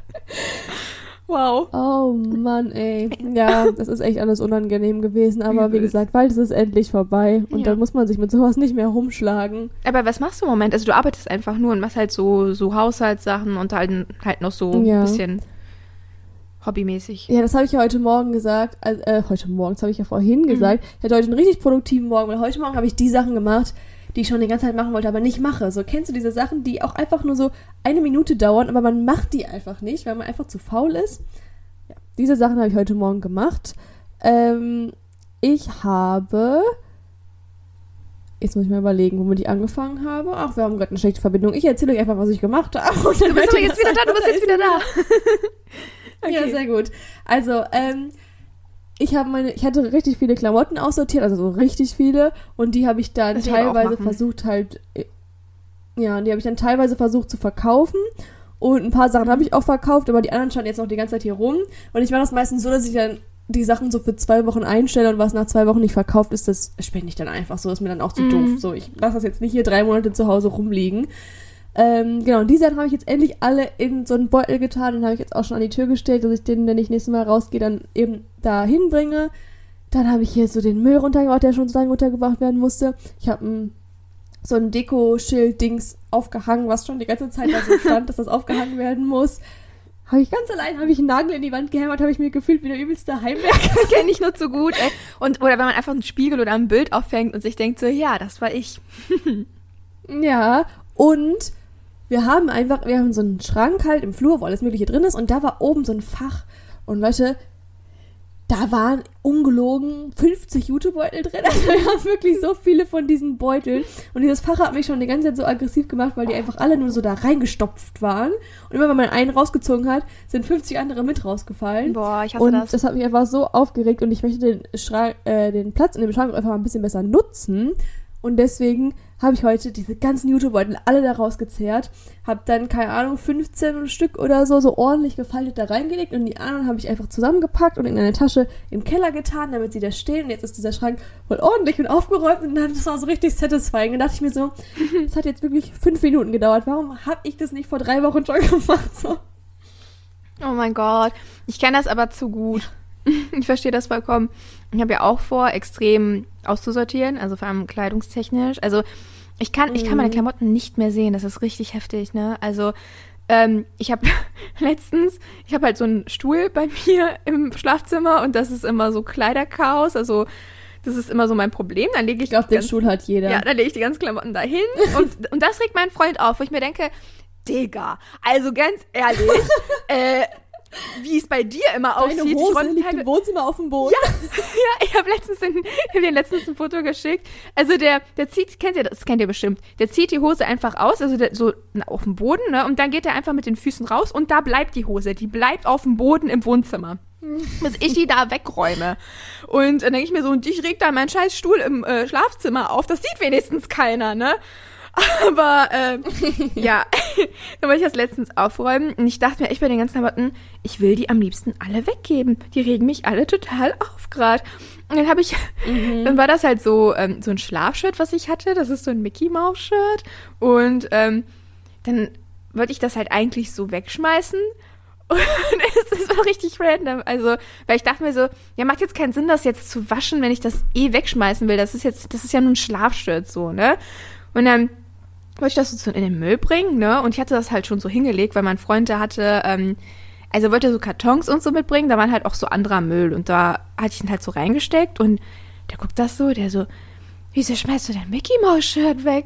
Wow. Oh Mann, ey. Ja, das ist echt alles unangenehm gewesen. Aber wie Übelst. gesagt, bald ist es endlich vorbei. Und Ja. dann muss man sich mit sowas nicht mehr rumschlagen. Aber was machst du im Moment? Also du arbeitest einfach nur und machst halt so, so Haushaltssachen und halt, halt noch so Ja. ein bisschen. hobbymäßig. Ja, das habe ich ja heute Morgen gesagt. Also, äh, heute Morgen, das habe ich ja vorhin gesagt. Ich hatte heute einen richtig produktiven Morgen, weil heute Morgen habe ich die Sachen gemacht, die ich schon die ganze Zeit machen wollte, aber nicht mache. So, kennst du diese Sachen, die auch einfach nur so eine Minute dauern, aber man macht die einfach nicht, weil man einfach zu faul ist? Ja, diese Sachen habe ich heute Morgen gemacht. Ähm, ich habe... Jetzt muss ich mal überlegen, womit ich angefangen habe. Ach, wir haben gerade eine schlechte Verbindung. Ich erzähle euch einfach, was ich gemacht habe. Du bist aber jetzt wieder da, du bist jetzt wieder da. Okay. Ja, sehr gut. Also, ähm, ich habe meine, ich hatte richtig viele Klamotten aussortiert, also so richtig viele, und die habe ich dann Das will ich teilweise auch machen. versucht halt, ja, die habe ich dann teilweise versucht zu verkaufen, und ein paar Sachen habe ich auch verkauft, aber die anderen standen jetzt noch die ganze Zeit hier rum, und ich mache das meistens so, dass ich dann die Sachen so für zwei Wochen einstelle, und was nach zwei Wochen nicht verkauft ist, das spende ich dann einfach so, ist mir dann auch zu Mhm. doof. So, ich lasse das jetzt nicht hier drei Monate zu Hause rumliegen. Ähm, genau, und die Sachen habe ich jetzt endlich alle in so einen Beutel getan, den habe ich jetzt auch schon an die Tür gestellt, dass ich den, wenn ich nächstes Mal rausgehe, dann eben da hinbringe. Dann habe ich hier so den Müll runtergebracht, der schon so lange runtergebracht werden musste. Ich habe ein, so ein Deko-Schild-Dings aufgehangen, was schon die ganze Zeit da so stand, dass das aufgehangen werden muss. Habe ich ganz allein, habe ich einen Nagel in die Wand gehämmert, habe ich mir gefühlt wie der übelste Heimwerker. Das kenne ich nur zu gut, ey. Und, oder wenn man einfach einen Spiegel oder ein Bild aufhängt und sich denkt so, ja, das war ich. Ja, und wir haben einfach, wir haben so einen Schrank halt im Flur, wo alles Mögliche drin ist, und da war oben so ein Fach. Und Leute, da waren ungelogen fünfzig Jutebeutel drin. Also wir haben wirklich so viele von diesen Beuteln. Und dieses Fach hat mich schon die ganze Zeit so aggressiv gemacht, weil die einfach alle nur so da reingestopft waren. Und immer wenn man einen rausgezogen hat, sind fünfzig andere mit rausgefallen. Boah, ich hasse Und das. das hat mich einfach so aufgeregt, und ich möchte den, Schrank, äh, den Platz in dem Schrank einfach mal ein bisschen besser nutzen. Und deswegen habe ich heute diese ganzen Jutebeutel alle da rausgezehrt, habe dann, keine Ahnung, fünfzehn Stück oder so, so ordentlich gefaltet da reingelegt, und die anderen habe ich einfach zusammengepackt und in eine Tasche im Keller getan, damit sie da stehen, und jetzt ist dieser Schrank voll ordentlich und aufgeräumt, und dann, das war so richtig satisfying. Und dachte ich mir so, das hat jetzt wirklich fünf Minuten gedauert, warum habe ich das nicht vor drei Wochen schon gemacht? So. Oh mein Gott. Ich kenne das aber zu gut. Ich verstehe das vollkommen. Ich habe ja auch vor, extrem auszusortieren, also vor allem kleidungstechnisch. Also ich kann, ich kann meine Klamotten nicht mehr sehen. Das ist richtig heftig, ne? Also ähm, ich habe letztens, ich habe halt so einen Stuhl bei mir im Schlafzimmer, und das ist immer so Kleiderchaos. Also das ist immer so mein Problem. Dann lege ich, Ich glaube, den ganz- Stuhl hat jeder. Ja, dann lege ich die ganzen Klamotten dahin, und, und das regt meinen Freund auf, wo ich mir denke, Digga, also ganz ehrlich, äh, wie es bei dir immer Deine aussieht. Hose ich wollte liegt halt- im Wohnzimmer auf dem Boden. ja, ja, ich habe letztens ein, ich hab dir letztens ein Foto geschickt. Also der, der zieht, kennt ihr das? Das kennt ihr bestimmt. Der zieht die Hose einfach aus, also der, so na, auf dem Boden, ne? Und dann geht er einfach mit den Füßen raus, und da bleibt die Hose. Die bleibt auf dem Boden im Wohnzimmer. Bis ich die da wegräume. Und dann denke ich mir so, und ich reg da meinen scheiß Stuhl im äh, Schlafzimmer auf. Das sieht wenigstens keiner, ne? Aber, ähm, ja, dann wollte ich das letztens aufräumen, und ich dachte mir echt bei den ganzen Klamotten, ich will die am liebsten alle weggeben. Die regen mich alle total auf gerade. Und dann habe ich, mhm. dann war das halt so, ähm, so ein Schlafshirt, was ich hatte. Das ist so ein Mickey-Maus-Shirt. Und ähm, dann wollte ich das halt eigentlich so wegschmeißen. Und es war richtig random. Also, weil ich dachte mir so, ja, macht jetzt keinen Sinn, das jetzt zu waschen, wenn ich das eh wegschmeißen will. Das ist jetzt, das ist ja nur ein Schlafshirt so, ne? Und dann wollte ich das so in den Müll bringen, ne? Und ich hatte das halt schon so hingelegt, weil mein Freund, der hatte, ähm, also wollte so Kartons und so mitbringen, da waren halt auch so anderer Müll. Und da hatte ich ihn halt so reingesteckt, und der guckt das so, der so, wieso schmeißt du dein Mickey-Maus-Shirt weg?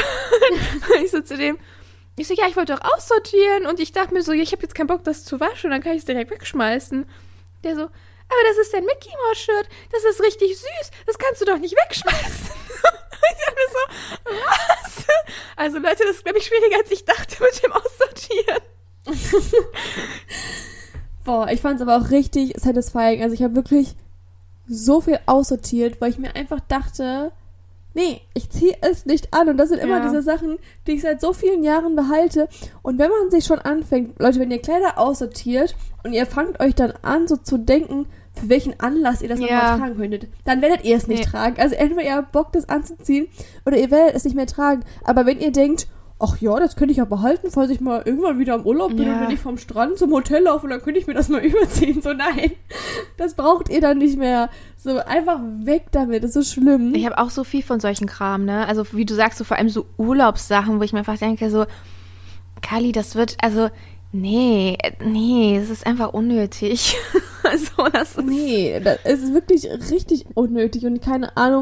Und ich so zu dem, ich so, ja, ich wollte doch aussortieren, und ich dachte mir so, ja, ich habe jetzt keinen Bock, das zu waschen, und dann kann ich es direkt wegschmeißen. Der so, aber das ist dein Mickey-Maus-Shirt, das ist richtig süß, das kannst du doch nicht wegschmeißen. Ich dachte mir so, was? Also Leute, das ist, glaube ich, schwieriger, als ich dachte mit dem Aussortieren. Boah, ich fand es aber auch richtig satisfying. Also ich habe wirklich so viel aussortiert, weil ich mir einfach dachte, nee, ich ziehe es nicht an. Und das sind immer Ja. diese Sachen, die ich seit so vielen Jahren behalte. Und wenn man sich schon anfängt, Leute, wenn ihr Kleider aussortiert und ihr fangt euch dann an, so zu denken, für welchen Anlass ihr das Ja. nochmal tragen könntet, dann werdet ihr es nicht Nee. tragen. Also entweder ihr habt Bock, das anzuziehen, oder ihr werdet es nicht mehr tragen. Aber wenn ihr denkt, ach ja, das könnte ich ja behalten, falls ich mal irgendwann wieder im Urlaub bin, Ja. und wenn ich vom Strand zum Hotel laufe, und dann könnte ich mir das mal überziehen. So, nein, das braucht ihr dann nicht mehr. So, einfach weg damit, das ist so schlimm. Ich habe auch so viel von solchen Kram, ne? Also wie du sagst, so vor allem so Urlaubssachen, wo ich mir einfach denke, so, Kali, das wird, also Nee, äh, nee, es ist einfach unnötig. Also, das ist... Nee, das ist wirklich richtig unnötig und keine Ahnung,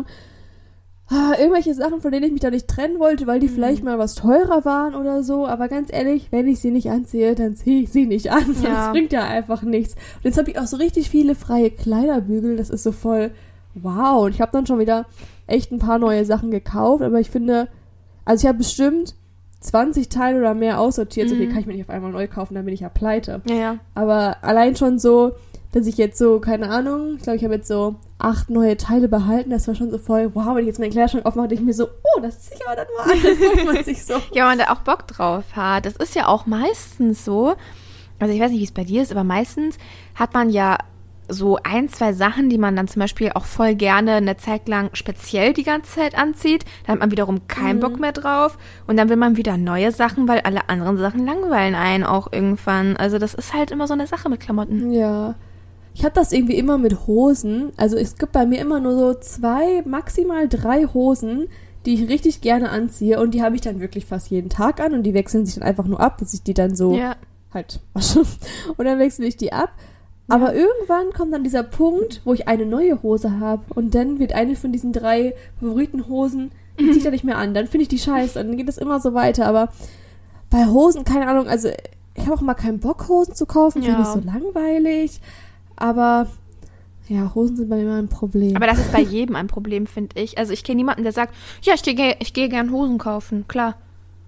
ah, irgendwelche Sachen, von denen ich mich da nicht trennen wollte, weil die mhm. vielleicht mal was teurer waren oder so, aber ganz ehrlich, wenn ich sie nicht anziehe, dann ziehe ich sie nicht an. Ja. Das bringt ja einfach nichts. Und jetzt habe ich auch so richtig viele freie Kleiderbügel, das ist so voll wow. Und ich habe dann schon wieder echt ein paar neue Sachen gekauft, aber ich finde, also ich habe bestimmt zwanzig Teile oder mehr aussortiert, mhm. so viel kann ich mir nicht auf einmal neu kaufen, dann bin ich ja pleite. Ja, ja. Aber allein schon so, dass ich jetzt so, keine Ahnung, ich glaube, ich habe jetzt so acht neue Teile behalten, das war schon so voll, wow, wenn ich jetzt meinen Kleiderschrank aufmache, denke ich mir so, oh, das ziehe ich aber dann mal an, dann freut man sich so. Ja, wenn man da auch Bock drauf hat. Das ist ja auch meistens so, also ich weiß nicht, wie es bei dir ist, aber meistens hat man ja so ein, zwei Sachen, die man dann zum Beispiel auch voll gerne eine Zeit lang speziell die ganze Zeit anzieht. Dann hat man wiederum keinen mhm. Bock mehr drauf. Und dann will man wieder neue Sachen, weil alle anderen Sachen langweilen einen auch irgendwann. Also das ist halt immer so eine Sache mit Klamotten. Ja. Ich habe das irgendwie immer mit Hosen. Also es gibt bei mir immer nur so zwei, maximal drei Hosen, die ich richtig gerne anziehe. Und die habe ich dann wirklich fast jeden Tag an. Und die wechseln sich dann einfach nur ab, dass ich die dann so ja. halt wasche. Und dann wechsle ich die ab. Aber ja. irgendwann kommt dann dieser Punkt, wo ich eine neue Hose habe und dann wird eine von diesen drei Favoritenhosen, die ziehe ich dann nicht mehr an. Dann finde ich die scheiße und dann geht es immer so weiter. Aber bei Hosen, keine Ahnung, also ich habe auch mal keinen Bock, Hosen zu kaufen, finde ich so langweilig. Aber ja, Hosen sind bei mir immer ein Problem. Aber das ist bei jedem ein Problem, finde ich. Also ich kenne niemanden, der sagt, ja, ich gehe ich gehe gern Hosen kaufen, klar.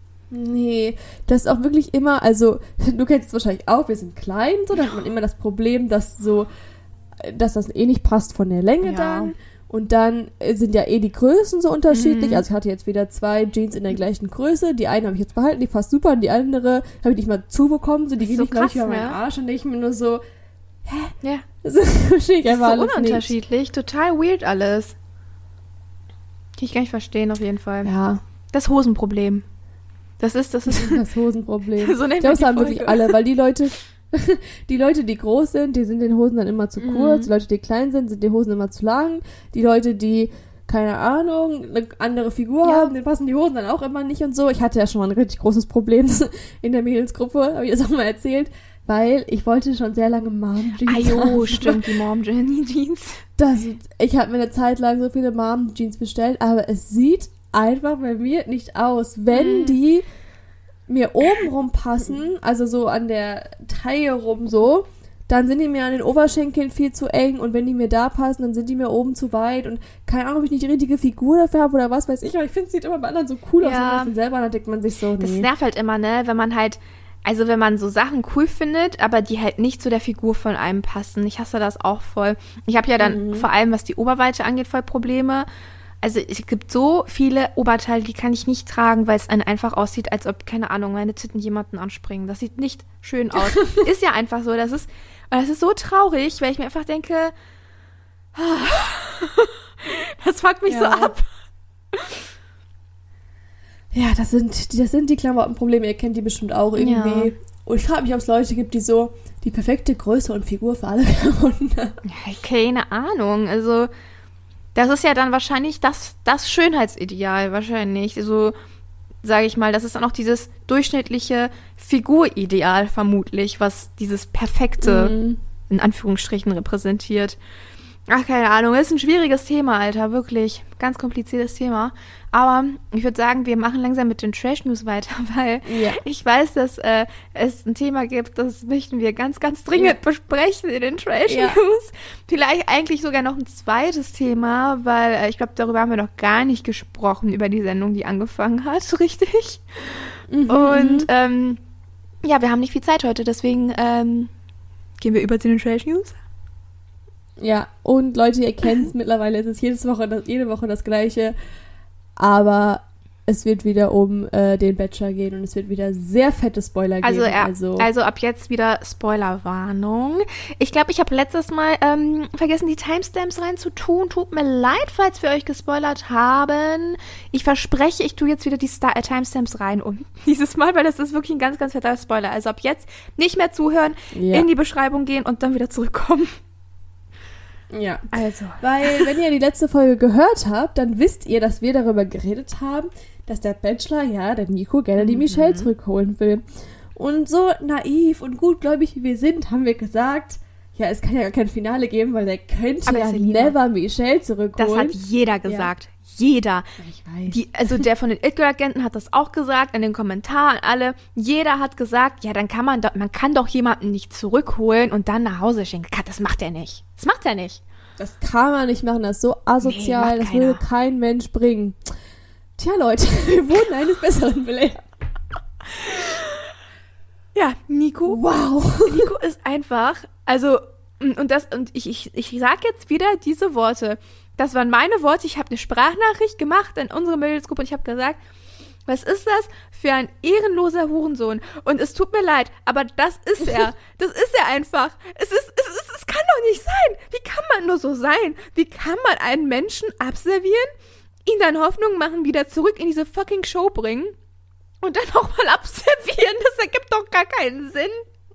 Nee, das ist auch wirklich immer, also du kennst es wahrscheinlich auch, wir sind klein, so, da hat man immer das Problem, dass so, dass das eh nicht passt von der Länge ja. dann und dann sind ja eh die Größen so unterschiedlich, mhm. also ich hatte jetzt wieder zwei Jeans in der gleichen Größe, die eine habe ich jetzt behalten, die passt super und die andere habe ich nicht mal zubekommen, so die geht nicht gleich über meinen Arsch und denke ich mir nur so, hä? Ja. Das verstehe ich das einfach ist so alles ununterschiedlich, nicht. Total weird alles. Kann ich gar nicht verstehen auf jeden Fall. Ja. Das Hosenproblem. Das ist, das ist das Hosenproblem. So ich glaube, das haben wirklich alle, weil die Leute, die Leute, die groß sind, die sind den Hosen dann immer zu kurz. Mhm. Die Leute, die klein sind, sind die Hosen immer zu lang. Die Leute, die, keine Ahnung, eine andere Figur ja. haben, denen passen die Hosen dann auch immer nicht und so. Ich hatte ja schon mal ein richtig großes Problem in der Mädelsgruppe, habe ich das auch mal erzählt, weil ich wollte schon sehr lange Mom-Jeans Ah jo, haben. stimmt, die Mom-Jeans. Das, ich habe mir eine Zeit lang so viele Mom-Jeans bestellt, aber es sieht einfach bei mir nicht aus. Wenn die mir oben rum passen, also so an der Taille rum so, dann sind die mir an den Oberschenkeln viel zu eng und wenn die mir da passen, dann sind die mir oben zu weit und keine Ahnung, ob ich nicht die richtige Figur dafür habe oder was weiß ich, aber ich finde, es sieht immer bei anderen so cool aus, ja. wenn man das selber, dann denkt man sich so, nee. Das nervt halt immer, ne, wenn man halt, also wenn man so Sachen cool findet, aber die halt nicht zu der Figur von einem passen. Ich hasse das auch voll. Ich habe ja dann mhm. vor allem, was die Oberweite angeht, voll Probleme. Also es gibt so viele Oberteile, die kann ich nicht tragen, weil es einen einfach aussieht, als ob, keine Ahnung, meine Titten jemanden anspringen. Das sieht nicht schön aus. Ist ja einfach so. Das ist, das ist so traurig, weil ich mir einfach denke, das fuckt mich ja. so ab. Ja, das sind, das sind die Klamottenprobleme. Ihr kennt die bestimmt auch irgendwie. Ja. Und ich frage mich, ob es Leute gibt, die so die perfekte Größe und Figur für alle Klamotten haben. Ja, keine Ahnung. Also das ist ja dann wahrscheinlich das, das Schönheitsideal, wahrscheinlich. So, sage ich mal, das ist dann auch dieses durchschnittliche Figurideal vermutlich, was dieses perfekte, mhm. in Anführungsstrichen, repräsentiert. Ach, keine Ahnung, das ist ein schwieriges Thema, Alter, wirklich. Ganz kompliziertes Thema. Aber ich würde sagen, wir machen langsam mit den Trash-News weiter, weil ja. ich weiß, dass äh, es ein Thema gibt, das möchten wir ganz, ganz dringend ja. besprechen in den Trash-News. Ja. Vielleicht eigentlich sogar noch ein zweites Thema, weil äh, ich glaube, darüber haben wir noch gar nicht gesprochen, über die Sendung, die angefangen hat, richtig? Mhm. Und ähm, ja, wir haben nicht viel Zeit heute, deswegen ähm, gehen wir über zu den Trash-News. Ja, und Leute, ihr kennt es mittlerweile, es ist jedes Woche das, jede Woche das Gleiche, aber es wird wieder um äh, den Bachelor gehen und es wird wieder sehr fette Spoiler also, geben. Ja, also, also ab jetzt wieder Spoilerwarnung. Ich glaube, ich habe letztes Mal ähm, vergessen, die Timestamps reinzutun. Tut mir leid, falls wir euch gespoilert haben. Ich verspreche, ich tue jetzt wieder die Star- äh, Timestamps rein um dieses Mal, weil das ist wirklich ein ganz, ganz fetter Spoiler. Also ab jetzt nicht mehr zuhören, ja. in die Beschreibung gehen und dann wieder zurückkommen. Ja, also. Weil, wenn ihr die letzte Folge gehört habt, dann wisst ihr, dass wir darüber geredet haben, dass der Bachelor, ja, der Nico, gerne die Michelle zurückholen will. Und so naiv und gutgläubig wie wir sind, haben wir gesagt, ja, es kann ja gar kein Finale geben, weil der könnte Aber ja Selina, never Michelle zurückholen. Das hat jeder gesagt. Ja. Jeder. Ja, ich weiß. Die, also der von den It-Girl-Agenten hat das auch gesagt, in den Kommentaren alle. Jeder hat gesagt, ja, dann kann man doch, man kann doch jemanden nicht zurückholen und dann nach Hause schicken. Das macht er nicht. Das macht er nicht. Das kann man nicht machen, das ist so asozial, Nee, das würde kein Mensch bringen. Tja, Leute, wir wurden eines Besseren belehrt. Ja, Nico. Wow. Nico ist einfach, also, und das, und ich, ich, ich sag jetzt wieder diese Worte. Das waren meine Worte. Ich habe eine Sprachnachricht gemacht in unsere Mädelsgruppe und ich habe gesagt, was ist das für ein ehrenloser Hurensohn? Und es tut mir leid, aber das ist er. Das ist er einfach. Es ist, es ist, es kann doch nicht sein. Wie kann man nur so sein? Wie kann man einen Menschen abservieren, ihn dann Hoffnung machen, wieder zurück in diese fucking Show bringen und dann nochmal abservieren? Das ergibt doch gar keinen Sinn.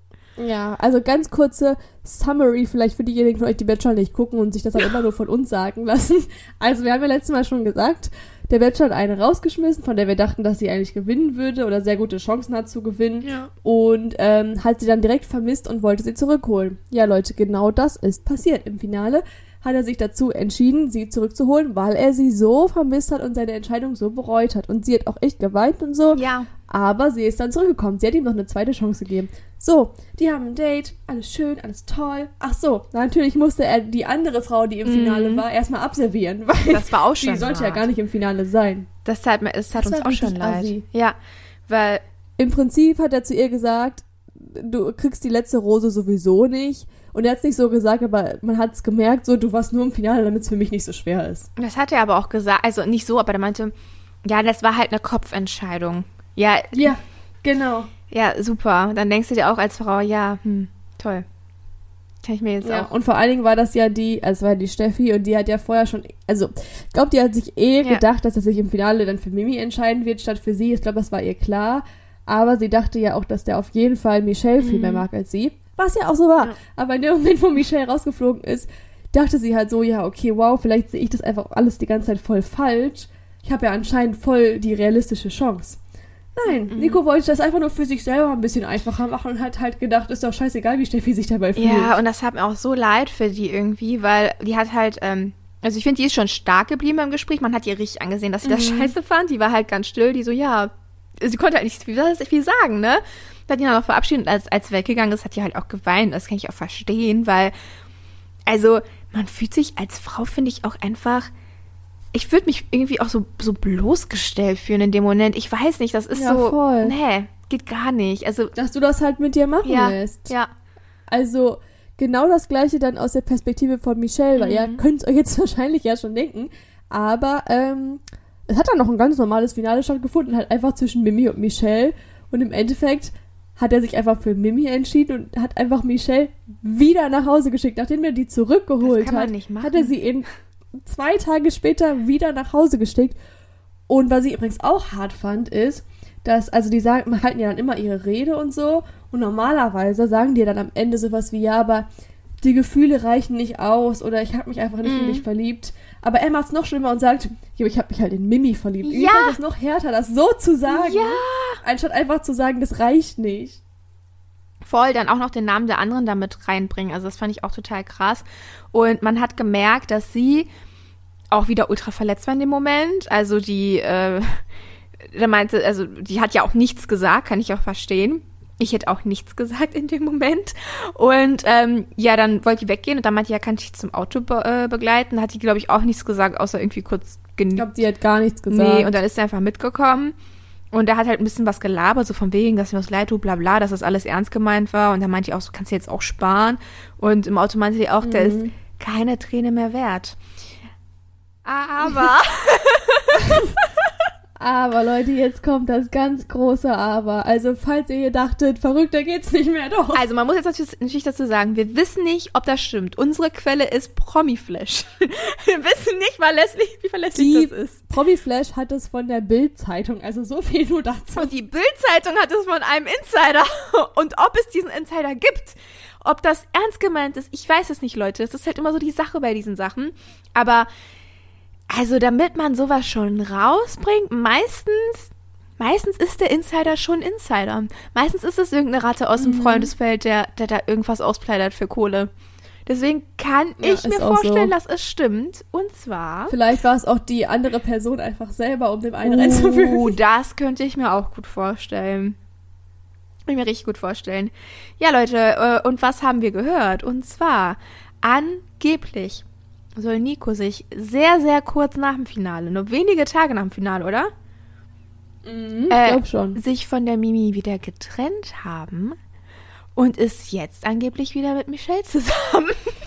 Ja, also ganz kurze Summary vielleicht für diejenigen von euch, die Bachelor nicht gucken und sich das halt immer nur von uns sagen lassen. Also wir haben ja letztes Mal schon gesagt, der Bachelor hat eine rausgeschmissen, von der wir dachten, dass sie eigentlich gewinnen würde oder sehr gute Chancen hat zu gewinnen. Ja. Und ähm, hat sie dann direkt vermisst und wollte sie zurückholen. Ja, Leute, genau das ist passiert. Im Finale hat er sich dazu entschieden, sie zurückzuholen, weil er sie so vermisst hat und seine Entscheidung so bereut hat. Und sie hat auch echt geweint und so. Ja. Aber sie ist dann zurückgekommen. Sie hat ihm noch eine zweite Chance gegeben. So, die haben ein Date, alles schön, alles toll. Ach so, natürlich musste er die andere Frau, die im Finale Mhm. war, erstmal abservieren, weil Das war auch schon die sollte ja hart. gar nicht im Finale sein. Das tat, mir- das tat Das uns war auch schon richtig leid. assi. Ja, weil, Im Prinzip hat er zu ihr gesagt, du kriegst die letzte Rose sowieso nicht. Und er hat es nicht so gesagt, aber man hat es gemerkt, so, du warst nur im Finale, damit es für mich nicht so schwer ist. das hat er aber auch gesagt, also nicht so, aber er meinte, ja, das war halt eine Kopfentscheidung. Ja, Ja, genau. ja, super. Dann denkst du dir auch als Frau, ja, hm, toll. Kann ich mir jetzt Ja, auch. und vor allen Dingen war das ja die, also es war ja die Steffi und die hat ja vorher schon, also ich glaube, die hat sich eh Ja. gedacht, dass er sich im Finale dann für Mimi entscheiden wird, statt für sie. Ich glaube, das war ihr klar. Aber sie dachte ja auch, dass der auf jeden Fall Michelle viel mehr mag als sie. Was ja auch so war. Ja. Aber in dem Moment, wo Michelle rausgeflogen ist, dachte sie halt so, ja, okay, wow, vielleicht sehe ich das einfach alles die ganze Zeit voll falsch. Ich habe ja anscheinend voll die realistische Chance. Nein, Mhm. Nico wollte das einfach nur für sich selber ein bisschen einfacher machen und hat halt gedacht, ist doch scheißegal, wie Steffi sich dabei fühlt. Ja, und das hat mir auch so leid für die irgendwie, weil die hat halt, ähm, also ich finde, die ist schon stark geblieben im Gespräch. Man hat ihr richtig angesehen, dass sie das Mhm. scheiße fand. Die war halt ganz still, die so, ja, sie konnte halt nicht viel, viel sagen, ne? Hat ihn dann auch verabschiedet und als, als weggegangen ist, hat die halt auch geweint. Das kann ich auch verstehen, weil, also, man fühlt sich als Frau, finde ich, auch einfach, ich würde mich irgendwie auch so, so bloßgestellt fühlen in dem Moment. Ich weiß nicht, das ist Ja, so, voll. nee, geht gar nicht. Also, Dass du das halt mit dir machen ja, lässt. ja, Also genau das Gleiche dann aus der Perspektive von Michelle, weil Mhm. ihr könnt es euch jetzt wahrscheinlich ja schon denken, aber ähm, es hat dann noch ein ganz normales Finale stattgefunden, halt einfach zwischen Mimi und Michelle und im Endeffekt hat er sich einfach für Mimi entschieden und hat einfach Michelle wieder nach Hause geschickt. Nachdem er die zurückgeholt Das kann man hat, nicht machen. hat er sie in zwei Tage später wieder nach Hause geschickt. Und was ich übrigens auch hart fand, ist, dass, also die sagen, halten ja dann immer ihre Rede und so und normalerweise sagen die dann am Ende sowas wie, ja, aber die Gefühle reichen nicht aus oder ich habe mich einfach nicht in Mhm. dich verliebt. Aber er macht's noch schlimmer und sagt, ja, ich habe mich halt in Mimi verliebt. Ich Ja. fand das noch härter, das so zu sagen, Ja. anstatt einfach zu sagen, das reicht nicht. voll dann auch noch den Namen der anderen damit reinbringen. Also das fand ich auch total krass. Und man hat gemerkt, dass sie auch wieder ultra verletzt war in dem Moment. Also die, äh, der meinte, also die hat ja auch nichts gesagt, kann ich auch verstehen. Ich hätte auch nichts gesagt in dem Moment. Und ähm, ja, dann wollte die weggehen und dann meinte, ja, kann ich dich zum Auto be äh, begleiten. Hat die, glaube ich, auch nichts gesagt, außer irgendwie kurz Ich genickt. glaube, sie hat gar nichts gesagt. Nee, und dann ist er einfach mitgekommen. Und er hat halt ein bisschen was gelabert, so von wegen, dass mir was leid tut, bla bla, dass das alles ernst gemeint war. Und dann meinte ich auch, so kannst du jetzt auch sparen. Und im Auto meinte sie auch, der ist keine Träne mehr wert. Aber, Aber Leute, jetzt kommt das ganz große Aber. Also falls ihr dachtet, verrückter geht's nicht mehr, doch. also man muss jetzt natürlich, natürlich dazu sagen, wir wissen nicht, ob das stimmt. Unsere Quelle ist Promiflash. Wir wissen nicht, verlässlich, wie verlässlich Die das ist. Promiflash hat es von der Bild-Zeitung, also so viel nur dazu. Und die Bild-Zeitung hat es von einem Insider. Und ob es diesen Insider gibt, ob das ernst gemeint ist, ich weiß es nicht, Leute. Es ist halt immer so die Sache bei diesen Sachen. Aber, also damit man sowas schon rausbringt, meistens, meistens ist der Insider schon Insider. Meistens ist es irgendeine Ratte aus dem mhm. Freundesfeld, der, der da irgendwas auspläudert für Kohle. Deswegen kann ja, ich mir vorstellen, so. dass es stimmt. Und zwar... Vielleicht war es auch die andere Person einfach selber, um dem einen reinzufügen. Oh, das könnte ich mir auch gut vorstellen. Kann ich mir richtig gut vorstellen. Ja, Leute, und was haben wir gehört? Und zwar, angeblich soll Nico sich sehr, sehr kurz nach dem Finale, nur wenige Tage nach dem Finale, oder? Mhm, ich glaube schon. Äh, sich von der Mimi wieder getrennt haben. Und ist jetzt angeblich wieder mit Michelle zusammen.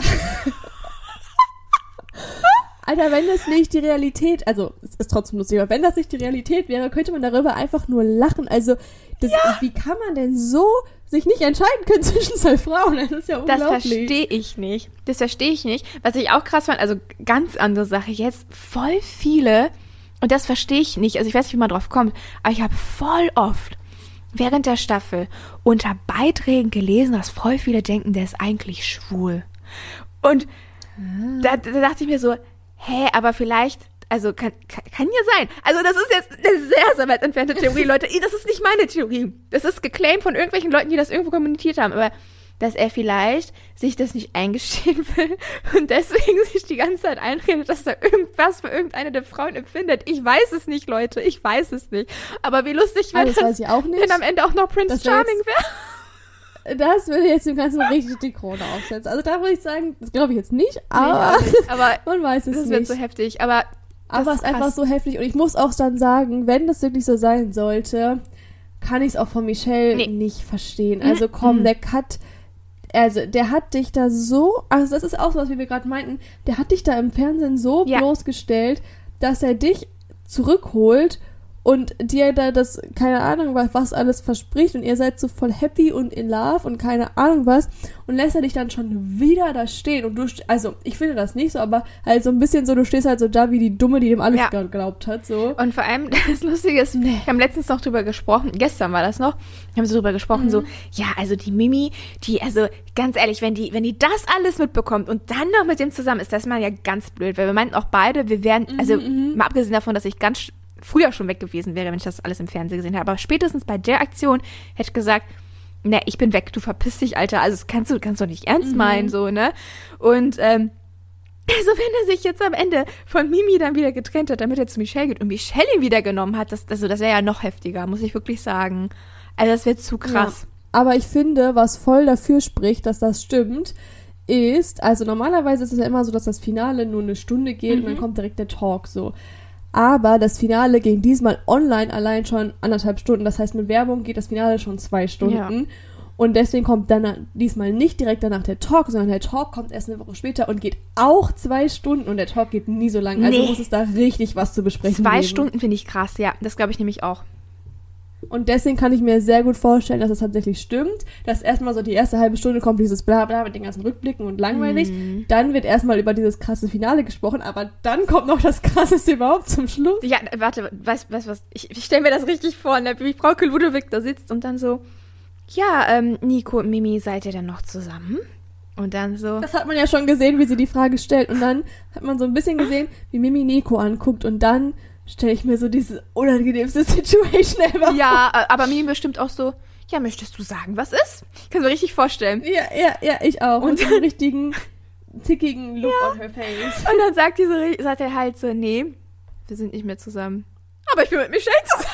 Alter, wenn das nicht die Realität, also es ist trotzdem lustig, aber wenn das nicht die Realität wäre, könnte man darüber einfach nur lachen. Also das, ja. wie kann man denn so sich nicht entscheiden können zwischen zwei Frauen? Das ist ja unglaublich. Das verstehe ich nicht. Das verstehe ich nicht. Was ich auch krass fand, also ganz andere Sache, jetzt voll viele, und das verstehe ich nicht, also ich weiß nicht, wie man drauf kommt, aber ich habe voll oft während der Staffel unter Beiträgen gelesen, dass voll viele denken, der ist eigentlich schwul. Und ah. da, da dachte ich mir so, hä, aber vielleicht, also kann, kann, kann ja sein. Also das ist jetzt eine sehr, sehr weit entfernte Theorie, Leute. Das ist nicht meine Theorie. Das ist geclaimed von irgendwelchen Leuten, die das irgendwo kommuniziert haben. Aber dass er vielleicht sich das nicht eingestehen will und deswegen sich die ganze Zeit einredet, dass er irgendwas für irgendeine der Frauen empfindet. Ich weiß es nicht, Leute. Ich weiß es nicht. Aber wie lustig wäre das, das wenn am Ende auch noch Prince das Charming wäre. Das würde jetzt dem Ganzen richtig die Krone aufsetzen. Also da würde ich sagen, das glaube ich jetzt nicht, aber, nee, nicht. aber man weiß es das nicht. Das wird so heftig. Aber aber es ist einfach so heftig. Und ich muss auch dann sagen, wenn das wirklich so sein sollte, kann ich es auch von Michelle nee. nicht verstehen. Also komm, mhm. der Cut... Also, der hat dich da so, also das ist auch so, was wir gerade meinten, der hat dich da im Fernsehen so ja. bloßgestellt, dass er dich zurückholt und dir da das, keine Ahnung was, was alles verspricht und ihr seid so voll happy und in love und keine Ahnung was und lässt er dich dann schon wieder da stehen und du, also ich finde das nicht so, aber halt so ein bisschen so, du stehst halt so da wie die Dumme, die dem alles ja. geglaubt hat, so. Und vor allem, das Lustige ist, nee. wir haben letztens noch drüber gesprochen, gestern war das noch, wir haben so drüber gesprochen, mhm. so, ja, also die Mimi, die, also ganz ehrlich, wenn die, wenn die das alles mitbekommt und dann noch mit dem zusammen ist, das ist mal ja ganz blöd, weil wir meinten auch beide, wir wären, mhm, also mhm. mal abgesehen davon, dass ich ganz früher schon weg gewesen wäre, wenn ich das alles im Fernsehen gesehen hätte. Aber spätestens bei der Aktion hätte ich gesagt, ne, ich bin weg, du verpiss dich, Alter. Also das kannst du, kannst du nicht ernst meinen, mhm. so, ne? Und, ähm, also wenn er sich jetzt am Ende von Mimi dann wieder getrennt hat, damit er zu Michelle geht und Michelle ihn wieder genommen hat, das, also das wäre ja noch heftiger, muss ich wirklich sagen. Also das wäre zu krass. Ja. Aber ich finde, was voll dafür spricht, dass das stimmt, ist, also normalerweise ist es ja immer so, dass das Finale nur eine Stunde geht mhm. und dann kommt direkt der Talk, so. Aber das Finale ging diesmal online allein schon anderthalb Stunden. Das heißt, mit Werbung geht das Finale schon zwei Stunden. Ja. Und deswegen kommt dann diesmal nicht direkt danach der Talk, sondern der Talk kommt erst eine Woche später und geht auch zwei Stunden. Und der Talk geht nie so lang. Also nee. muss es da richtig was zu besprechen Zwei geben. Stunden finde ich krass, ja. Das glaube ich nämlich auch. Und deswegen kann ich mir sehr gut vorstellen, dass es tatsächlich stimmt, dass erstmal so die erste halbe Stunde kommt dieses Blabla mit den ganzen Rückblicken und langweilig. Mm. Dann wird erstmal über dieses krasse Finale gesprochen, aber dann kommt noch das Krasseste überhaupt zum Schluss. Ja, warte, weißt du was? Ich, ich stelle mir das richtig vor, ne? Wie Frau Ludewig da sitzt und dann so, ja, ähm, Nico und Mimi, seid ihr denn noch zusammen? Und dann so. Das hat man ja schon gesehen, wie sie die Frage stellt. Und dann hat man so ein bisschen gesehen, wie Mimi Nico anguckt und dann stelle ich mir so diese unangenehmste Situation ever Ja, vor. Aber Mimi bestimmt auch so, ja, möchtest du sagen, was ist? Kannst du mir richtig vorstellen. Ja, ja, ja, ich auch. Und so einen richtigen, zickigen Look ja. on her face. Und dann sagt, die so, sagt er halt so, nee, wir sind nicht mehr zusammen. Aber ich bin mit Michelle zusammen.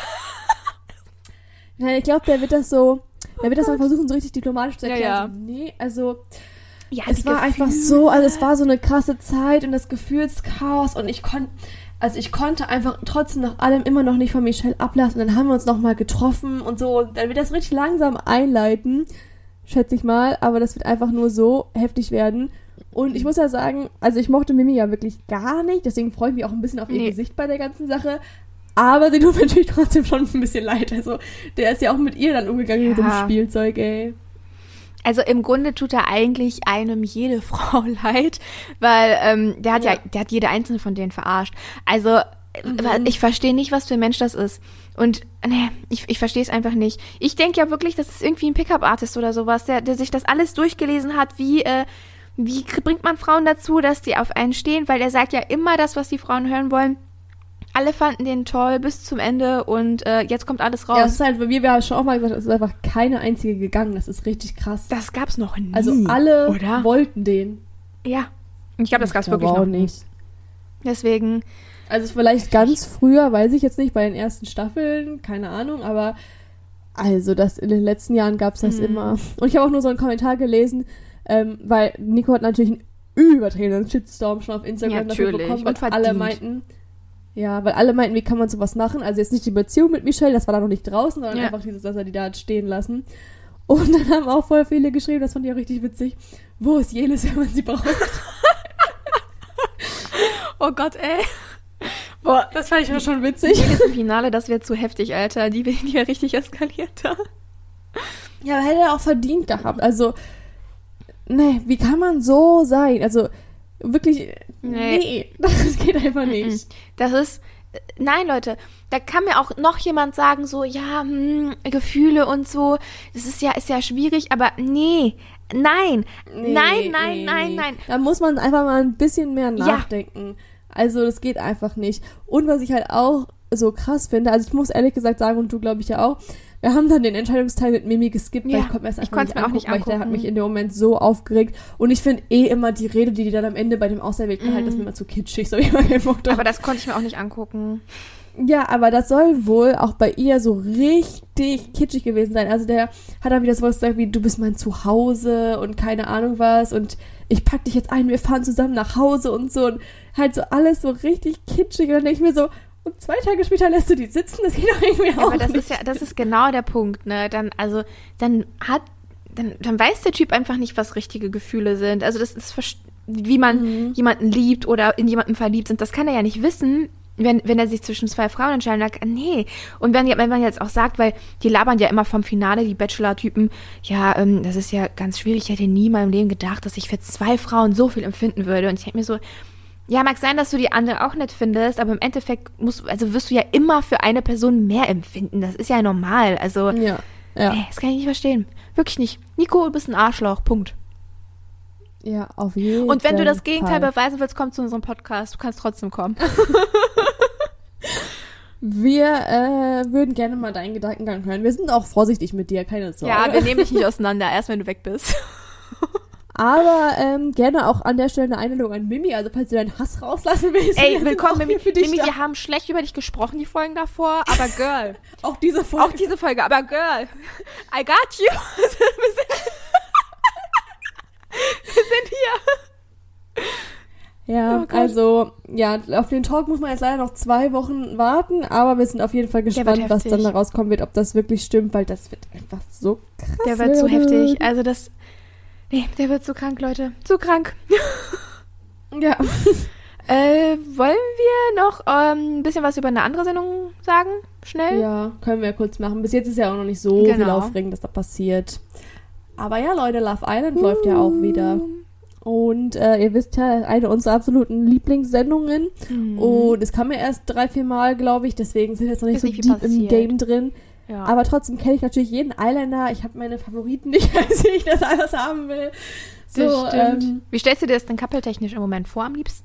Nein, ich glaube, der wird das so, der oh wird Gott. das dann versuchen, so richtig diplomatisch zu erklären. Ja, ja. So, nee, also ja, es war Gefühle. einfach so, also es war so eine krasse Zeit und das Gefühlschaos und ich konnte, also ich konnte einfach trotzdem nach allem immer noch nicht von Michelle ablassen. Und dann haben wir uns nochmal getroffen und so. Und dann wird das richtig langsam einleiten, schätze ich mal. Aber das wird einfach nur so heftig werden. Und ich muss ja sagen, also ich mochte Mimi ja wirklich gar nicht. Deswegen freue ich mich auch ein bisschen auf ihr nee. Gesicht bei der ganzen Sache. Aber sie tut mir natürlich trotzdem schon ein bisschen leid. Also der ist ja auch mit ihr dann umgegangen, ja. mit dem Spielzeug, ey. Also im Grunde tut er eigentlich einem jede Frau leid, weil ähm, der hat ja. ja, der hat jede einzelne von denen verarscht. Also mhm. ich verstehe nicht, was für ein Mensch das ist. Und nee, ich, ich verstehe es einfach nicht. Ich denke ja wirklich, das ist irgendwie ein Pickup-Artist oder sowas, der, der sich das alles durchgelesen hat, wie, äh, wie bringt man Frauen dazu, dass die auf einen stehen, weil er sagt ja immer das, was die Frauen hören wollen. Alle fanden den toll bis zum Ende und äh, jetzt kommt alles raus. Ja, das ist halt, wie wir schon auch mal gesagt haben, es ist einfach keine einzige gegangen. Das ist richtig krass. Das gab's noch nie. Also alle oder? wollten den. Ja. Ich glaube, das gab's Ich wirklich glaube noch auch nie. nicht. Deswegen, Also vielleicht ganz früher, weiß ich jetzt nicht, bei den ersten Staffeln, keine Ahnung, aber also das in den letzten Jahren gab es das Mhm. immer. Und ich habe auch nur so einen Kommentar gelesen, ähm, weil Nico hat natürlich einen übertriebenen Shitstorm schon auf Instagram dafür Natürlich. bekommen, weil Und verdient. alle meinten, ja, weil alle meinten, wie kann man sowas machen? Also jetzt nicht die Beziehung mit Michelle, das war da noch nicht draußen, sondern Ja. einfach dieses, dass er die da hat stehen lassen. Und dann haben auch voll viele geschrieben, das fand ich auch richtig witzig, wo ist Jelis, wenn man sie braucht? oh Gott, ey. Boah, das fand ich auch schon witzig. Jedes im Finale, das wäre zu heftig, Alter. Die wäre ja richtig eskaliert da. Ja, hätte er auch verdient gehabt. Also, nee, wie kann man so sein? Also, wirklich, Nee. nee, das geht einfach nicht. Das ist, nein, Leute, da kann mir auch noch jemand sagen, so, ja, hm, Gefühle und so, das ist ja, ist ja schwierig, aber nee, nein, Nee, nein, nein, nee, nein, nee. nein. Da muss man einfach mal ein bisschen mehr Ja. nachdenken. Also, das geht einfach nicht. Und was ich halt auch so krass finde, also ich muss ehrlich gesagt sagen, und du glaube ich ja auch, wir haben dann den Entscheidungsteil mit Mimi geskippt, Ja, weil ich konnte mir das ich einfach konnt's nicht mir auch angucken, nicht weil ich, der hat angucken. mich in dem Moment so aufgeregt. Und ich finde eh immer die Rede, die die dann am Ende bei dem Auserwählten Mhm. halt, das ist mir immer zu kitschig, so wie ich mal keinen Bock drauf. Aber das konnte ich mir auch nicht angucken. Ja, aber das soll wohl auch bei ihr so richtig kitschig gewesen sein. Also der hat dann wieder sowas gesagt wie, du bist mein Zuhause und keine Ahnung was und ich pack dich jetzt ein, wir fahren zusammen nach Hause und so und halt so alles so richtig kitschig und dann denke ich mir so, und zwei Tage später lässt du die sitzen, das geht doch irgendwie Ja, auch aber das nicht. ist ja, das ist genau der Punkt, ne? Dann, also, dann hat, dann, dann weiß der Typ einfach nicht, was richtige Gefühle sind. Also das ist, verst- wie man Mhm. jemanden liebt oder in jemanden verliebt sind, das kann er ja nicht wissen, wenn, wenn er sich zwischen zwei Frauen entscheiden sagt, nee. Und wenn, wenn man jetzt auch sagt, weil die labern ja immer vom Finale, die Bachelor-Typen, ja, ähm, das ist ja ganz schwierig, ich hätte nie in meinem Leben gedacht, dass ich für zwei Frauen so viel empfinden würde. Und ich denke mir so, ja, mag sein, dass du die andere auch nett findest, aber im Endeffekt musst, also wirst du ja immer für eine Person mehr empfinden. Das ist ja normal. Also, Ja, ja. ey, das kann ich nicht verstehen. Wirklich nicht. Nico, du bist ein Arschloch. Punkt. Ja, auf jeden Fall. Und wenn du das Gegenteil beweisen willst, komm zu unserem Podcast. Du kannst trotzdem kommen. Wir äh, würden gerne mal deinen Gedankengang hören. Wir sind auch vorsichtig mit dir, keine Sorge. Ja, wir nehmen dich nicht auseinander, erst wenn du weg bist. Aber ähm, gerne auch an der Stelle eine Einladung an Mimi. Also falls du deinen Hass rauslassen willst. wir Ey, sind willkommen, auch Mimi. hier für dich Mimi, da. wir haben schlecht über dich gesprochen, die Folgen davor, aber Girl. Auch diese Folge. Auch diese Folge, aber Girl. I got you. wir, sind, wir sind hier. Ja, Oh Gott. also, ja, auf den Talk muss man jetzt leider noch zwei Wochen warten, aber wir sind auf jeden Fall wird gespannt, was heftig. dann daraus kommen wird, ob das wirklich stimmt, weil das wird einfach so krass. Der wird zu werden. heftig. Also das, nee, der wird zu krank, Leute. Zu krank. Ja. Äh, wollen wir noch ähm, ein bisschen was über eine andere Sendung sagen? Schnell? Ja, können wir kurz machen. Bis jetzt ist ja auch noch nicht so Genau. viel Aufregendes da passiert. Aber ja, Leute, Love Island läuft ja auch wieder. Und äh, ihr wisst ja, eine unserer absoluten Lieblingssendungen. Mhm. Und es kam ja erst drei, vier Mal, glaube ich. Deswegen sind wir jetzt noch nicht Ist so nicht viel deep im passiert. Game drin. Ja. Aber trotzdem kenne ich natürlich jeden Islander. Ich habe meine Favoriten nicht, als ich das alles haben will. So, das stimmt. ähm, Wie stellst du dir das denn couple-technisch im Moment vor am liebsten?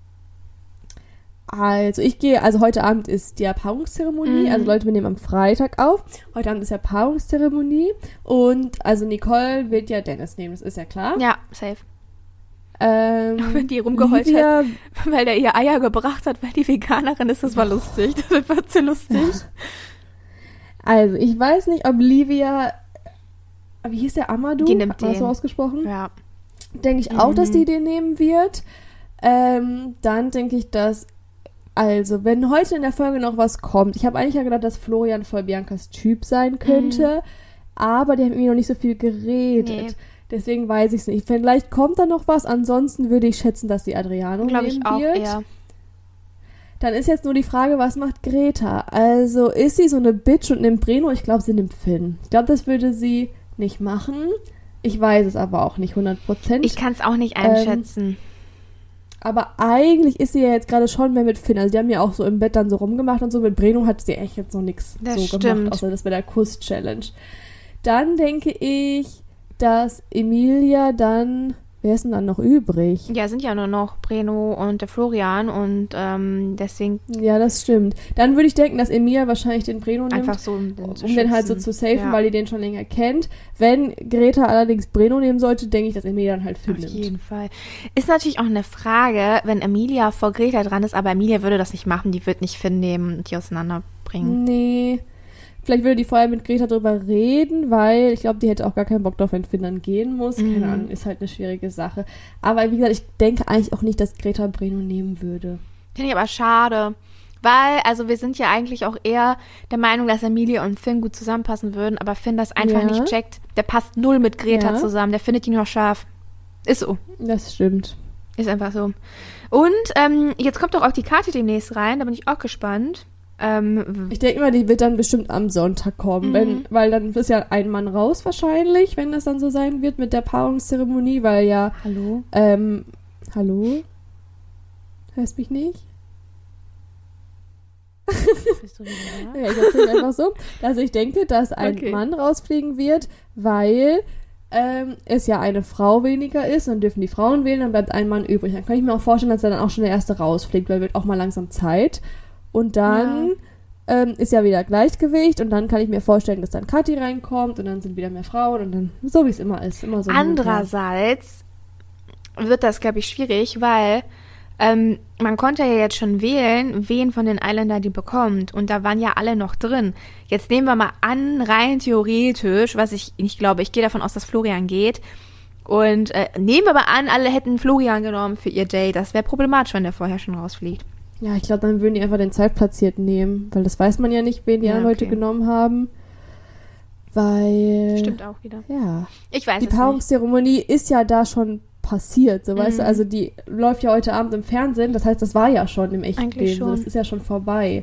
also ich gehe, also heute Abend ist die Paarungszeremonie. Mhm. Also Leute, wir nehmen am Freitag auf. Heute Abend ist ja Paarungszeremonie. Und also Nicole wird ja Dennis nehmen, das ist ja klar. Ja, safe. Ähm, Wenn die rumgeheult Livia, hat, weil der ihr Eier gebracht hat, weil die Veganerin ist, das war lustig. Das war zu lustig. Also ich weiß nicht, ob Livia, wie hieß der, Amadou? Die nimmt Hat man das den. so ausgesprochen? Ja. Denke ich auch, Mhm. dass die den nehmen wird. Ähm, dann denke ich, dass, also, wenn heute in der Folge noch was kommt, ich habe eigentlich ja gedacht, dass Florian voll Biancas Typ sein könnte, aber die haben irgendwie noch nicht so viel geredet. Nee. Deswegen weiß ich es nicht. Vielleicht kommt da noch was, ansonsten würde ich schätzen, dass die Adriano Glaube nehmen ich auch wird. eher. Dann ist jetzt nur die Frage, was macht Greta? Also, ist sie so eine Bitch und nimmt Breno? Ich glaube, sie nimmt Finn. Ich glaube, das würde sie nicht machen. Ich weiß es aber auch nicht hundert Prozent. Ich kann es auch nicht einschätzen. Aber eigentlich ist sie ja jetzt gerade schon mehr mit Finn. Also die haben ja auch so im Bett dann so rumgemacht und so. Mit Breno hat sie echt jetzt noch nichts Das so stimmt. gemacht, außer das bei der Kuss-Challenge. Dann denke ich, dass Emilia dann, wer ist denn dann noch übrig? Ja, sind ja nur noch Breno und der Florian und ähm, deswegen Ja, das stimmt. Dann würde ich denken, dass Emilia wahrscheinlich den Breno nimmt, einfach so, um den, zu um den halt so schützen. zu safen, Ja. weil die den schon länger kennt. Wenn Greta allerdings Breno nehmen sollte, denke ich, dass Emilia dann halt Finn Auf nimmt. jeden Fall. Ist natürlich auch eine Frage, wenn Emilia vor Greta dran ist, aber Emilia würde das nicht machen, die wird nicht Finn nehmen und die auseinanderbringen. Nee. Vielleicht würde die vorher mit Greta drüber reden, weil ich glaube, die hätte auch gar keinen Bock drauf, wenn Finn dann gehen muss. Mhm. Keine Ahnung, ist halt eine schwierige Sache. Aber wie gesagt, ich denke eigentlich auch nicht, dass Greta Breno nehmen würde. Finde ich aber schade. Weil, also wir sind ja eigentlich auch eher der Meinung, dass Emilia und Finn gut zusammenpassen würden, aber Finn das einfach Ja. nicht checkt. Der passt null mit Greta Ja. zusammen, der findet ihn nur scharf. Ist so. Das stimmt. Ist einfach so. Und ähm, jetzt kommt doch auch die Karte demnächst rein, da bin ich auch gespannt. Ähm, Ich denke mal, die wird dann bestimmt am Sonntag kommen, Mhm. wenn, weil dann ist ja ein Mann raus wahrscheinlich, wenn das dann so sein wird mit der Paarungszeremonie, weil ja, Hallo? ähm, hallo? Hörst mich nicht? Bist du wieder da? Ja, ich erzähle einfach so, dass ich denke, dass ein Okay. Mann rausfliegen wird, weil ähm, es ja eine Frau weniger ist, dann dürfen die Frauen wählen, dann bleibt ein Mann übrig. Dann kann ich mir auch vorstellen, dass er dann auch schon der Erste rausfliegt, weil wird auch mal langsam Zeit. Und dann ähm, ist ja wieder Gleichgewicht und dann kann ich mir vorstellen, dass dann Kathi reinkommt und dann sind wieder mehr Frauen und dann, so wie es immer ist, immer so. hin und her. Andererseits wird das, glaube ich, schwierig, weil ähm, man konnte ja jetzt schon wählen, wen von den Islander die bekommt. Und da waren ja alle noch drin. Jetzt nehmen wir mal an, rein theoretisch, was ich nicht glaube, ich gehe davon aus, dass Florian geht. Und äh, nehmen wir mal an, alle hätten Florian genommen für ihr Date. Das wäre problematisch, wenn der vorher schon rausfliegt. Ja, ich glaube, dann würden die einfach den Zweitplatzierten nehmen, weil das weiß man ja nicht, wen die Ja, anderen Leute okay. genommen haben. Weil... Stimmt auch wieder. Ja. Ich weiß Die es nicht. Paarungszeremonie ist ja da schon passiert, so weißt Mhm. du, also die läuft ja heute Abend im Fernsehen, das heißt, das war ja schon im echten Eigentlich Leben, so, schon. das ist ja schon vorbei.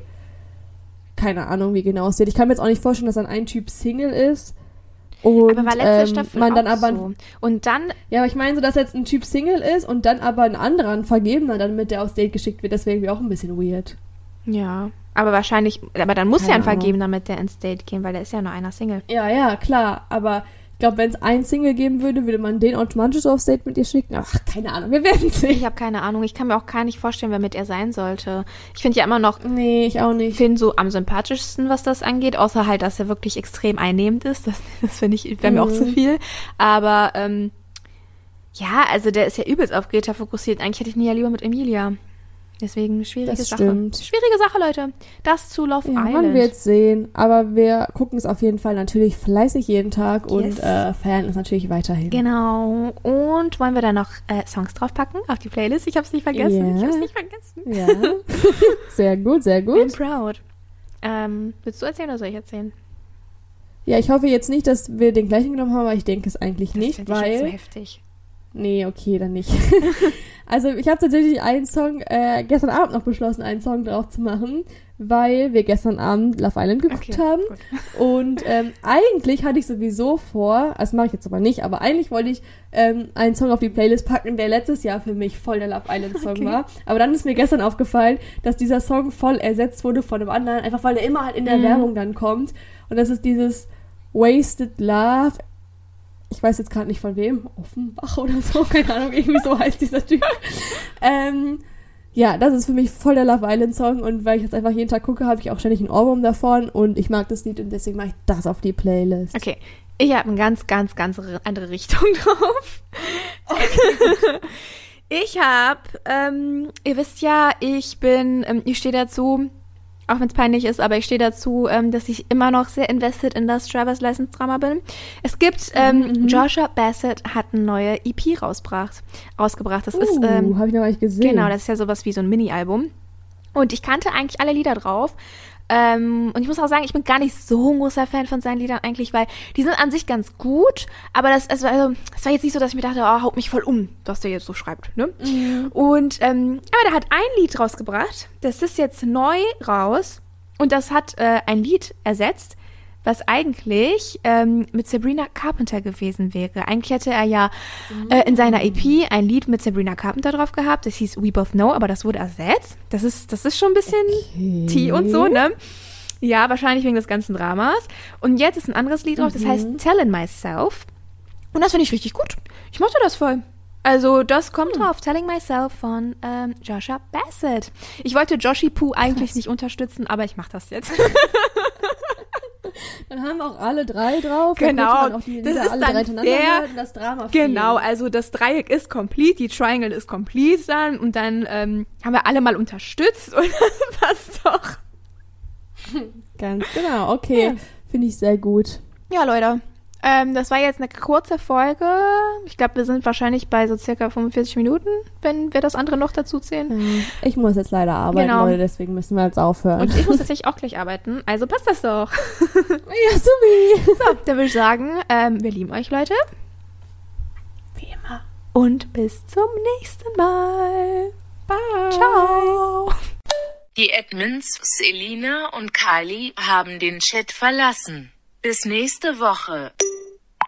Keine Ahnung, wie genau es wird. Ich kann mir jetzt auch nicht vorstellen, dass dann ein Typ Single ist und aber war letzte ähm, Staffel man auch dann aber so. Und dann, ja, aber ich meine so, dass jetzt ein Typ Single ist und dann aber ein anderer, ein Vergebener, dann mit der aufs Date geschickt wird, das wäre irgendwie auch ein bisschen weird. ja, aber wahrscheinlich, aber dann muss Keine ja ein Ahnung. Vergebener mit der ins Date gehen, weil da ist ja nur einer Single. Ja, ja, klar, aber ich glaube, wenn es einen Single geben würde, würde man den automatisch so aufs Date mit ihr schicken. Ach, keine Ahnung, wir werden sehen. Ich habe keine Ahnung. Ich kann mir auch gar nicht vorstellen, wer mit er sein sollte. Ich finde ja immer noch Nee, ich auch nicht. Finn so am sympathischsten, was das angeht. Außer halt, dass er wirklich extrem einnehmend ist. Das, das finde ich, wäre mir auch Mhm. zu viel. Aber ähm, ja, also der ist ja übelst auf Greta fokussiert. Eigentlich hätte ich ihn ja lieber mit Emilia. Deswegen schwierige Das Sache. stimmt. Schwierige Sache, Leute. Das zu Love Ja, Island. man wird sehen. Aber wir gucken es auf jeden Fall natürlich fleißig jeden Tag Yes. und äh, feiern es natürlich weiterhin. Genau. Und wollen wir da noch äh, Songs draufpacken auf die Playlist? Ich habe es nicht vergessen. Ja. Ich habe es nicht vergessen. Ja. Sehr gut, sehr I'm gut. proud. Ähm, willst du erzählen oder soll ich erzählen? Ja, ich hoffe jetzt nicht, dass wir den gleichen genommen haben, aber ich denke es eigentlich Das nicht, finde ich jetzt so weil... heftig. Nee, okay, dann nicht. Also ich habe tatsächlich einen Song, äh, gestern Abend noch beschlossen, einen Song drauf zu machen, weil wir gestern Abend Love Island geguckt Okay, haben. gut. Und ähm, eigentlich hatte ich sowieso vor, das mache ich jetzt aber nicht, aber eigentlich wollte ich ähm, einen Song auf die Playlist packen, der letztes Jahr für mich voll der Love Island Song Okay. war. Aber dann ist mir gestern aufgefallen, dass dieser Song voll ersetzt wurde von einem anderen, einfach weil der immer halt in der Mhm. Werbung dann kommt. Und das ist dieses Wasted Love. Ich weiß jetzt gerade nicht von wem, Offenbach oder so, keine Ahnung, irgendwie so heißt dieser Typ. ähm, ja, das ist für mich voll der Love Island Song und weil ich jetzt einfach jeden Tag gucke, habe ich auch ständig einen Ohrwurm davon und ich mag das Lied und deswegen mache ich das auf die Playlist. Okay, ich habe eine ganz, ganz, ganz andere Richtung drauf. Ich habe, ähm, ihr wisst ja, ich bin, ähm, ich stehe dazu, auch wenn es peinlich ist, aber ich stehe dazu, ähm, dass ich immer noch sehr invested in das Driver's License Drama bin. Es gibt, ähm, Mhm. Joshua Bassett hat eine neue E P rausgebracht, rausgebracht. Das Uh, ist, ähm, habe ich noch gar nicht gesehen. genau, das ist ja sowas wie so ein Mini-Album. Und ich kannte eigentlich alle Lieder drauf. Ähm, und ich muss auch sagen, ich bin gar nicht so ein großer Fan von seinen Liedern eigentlich, weil die sind an sich ganz gut, aber das, also, also, das war jetzt nicht so, dass ich mir dachte, oh, haut mich voll um, was der jetzt so schreibt, ne? Mhm. Und, ähm, aber der hat ein Lied rausgebracht, das ist jetzt neu raus und das hat äh, ein Lied ersetzt, was eigentlich ähm, mit Sabrina Carpenter gewesen wäre. Eigentlich hätte er ja äh, in seiner E P ein Lied mit Sabrina Carpenter drauf gehabt. Das hieß We Both Know, aber das wurde ersetzt. Das ist, das ist schon ein bisschen Okay. Tee und so, ne? Ja, wahrscheinlich wegen des ganzen Dramas. Und jetzt ist ein anderes Lied drauf, das heißt Telling Myself. Und das finde ich richtig gut. Ich mochte das voll. Also das kommt drauf. Telling Myself von ähm, Joshua Bassett. Ich wollte Joshi Poo eigentlich Krass. nicht unterstützen, aber ich mache das jetzt. Dann haben wir auch alle drei drauf. Genau. Auch die das ist alle dann drei hintereinander fair. hören, das Drama Genau, viel. also das Dreieck ist complete, die Triangle ist complete dann und dann ähm, haben wir alle mal unterstützt und das passt doch. Ganz genau, okay. Ja. Finde ich sehr gut. Ja, Leute. Ähm, das war jetzt eine kurze Folge. Ich glaube, wir sind wahrscheinlich bei so circa fünfundvierzig Minuten, wenn wir das andere noch dazu zählen. Ich muss jetzt leider arbeiten, genau. Leute, deswegen müssen wir jetzt aufhören. Und ich muss tatsächlich auch gleich arbeiten, also passt das doch. Ja, supi. So, dann würde ich sagen, ähm, wir lieben euch, Leute. Wie immer. Und bis zum nächsten Mal. Bye. Ciao. Die Admins Selina und Kali haben den Chat verlassen. Bis nächste Woche.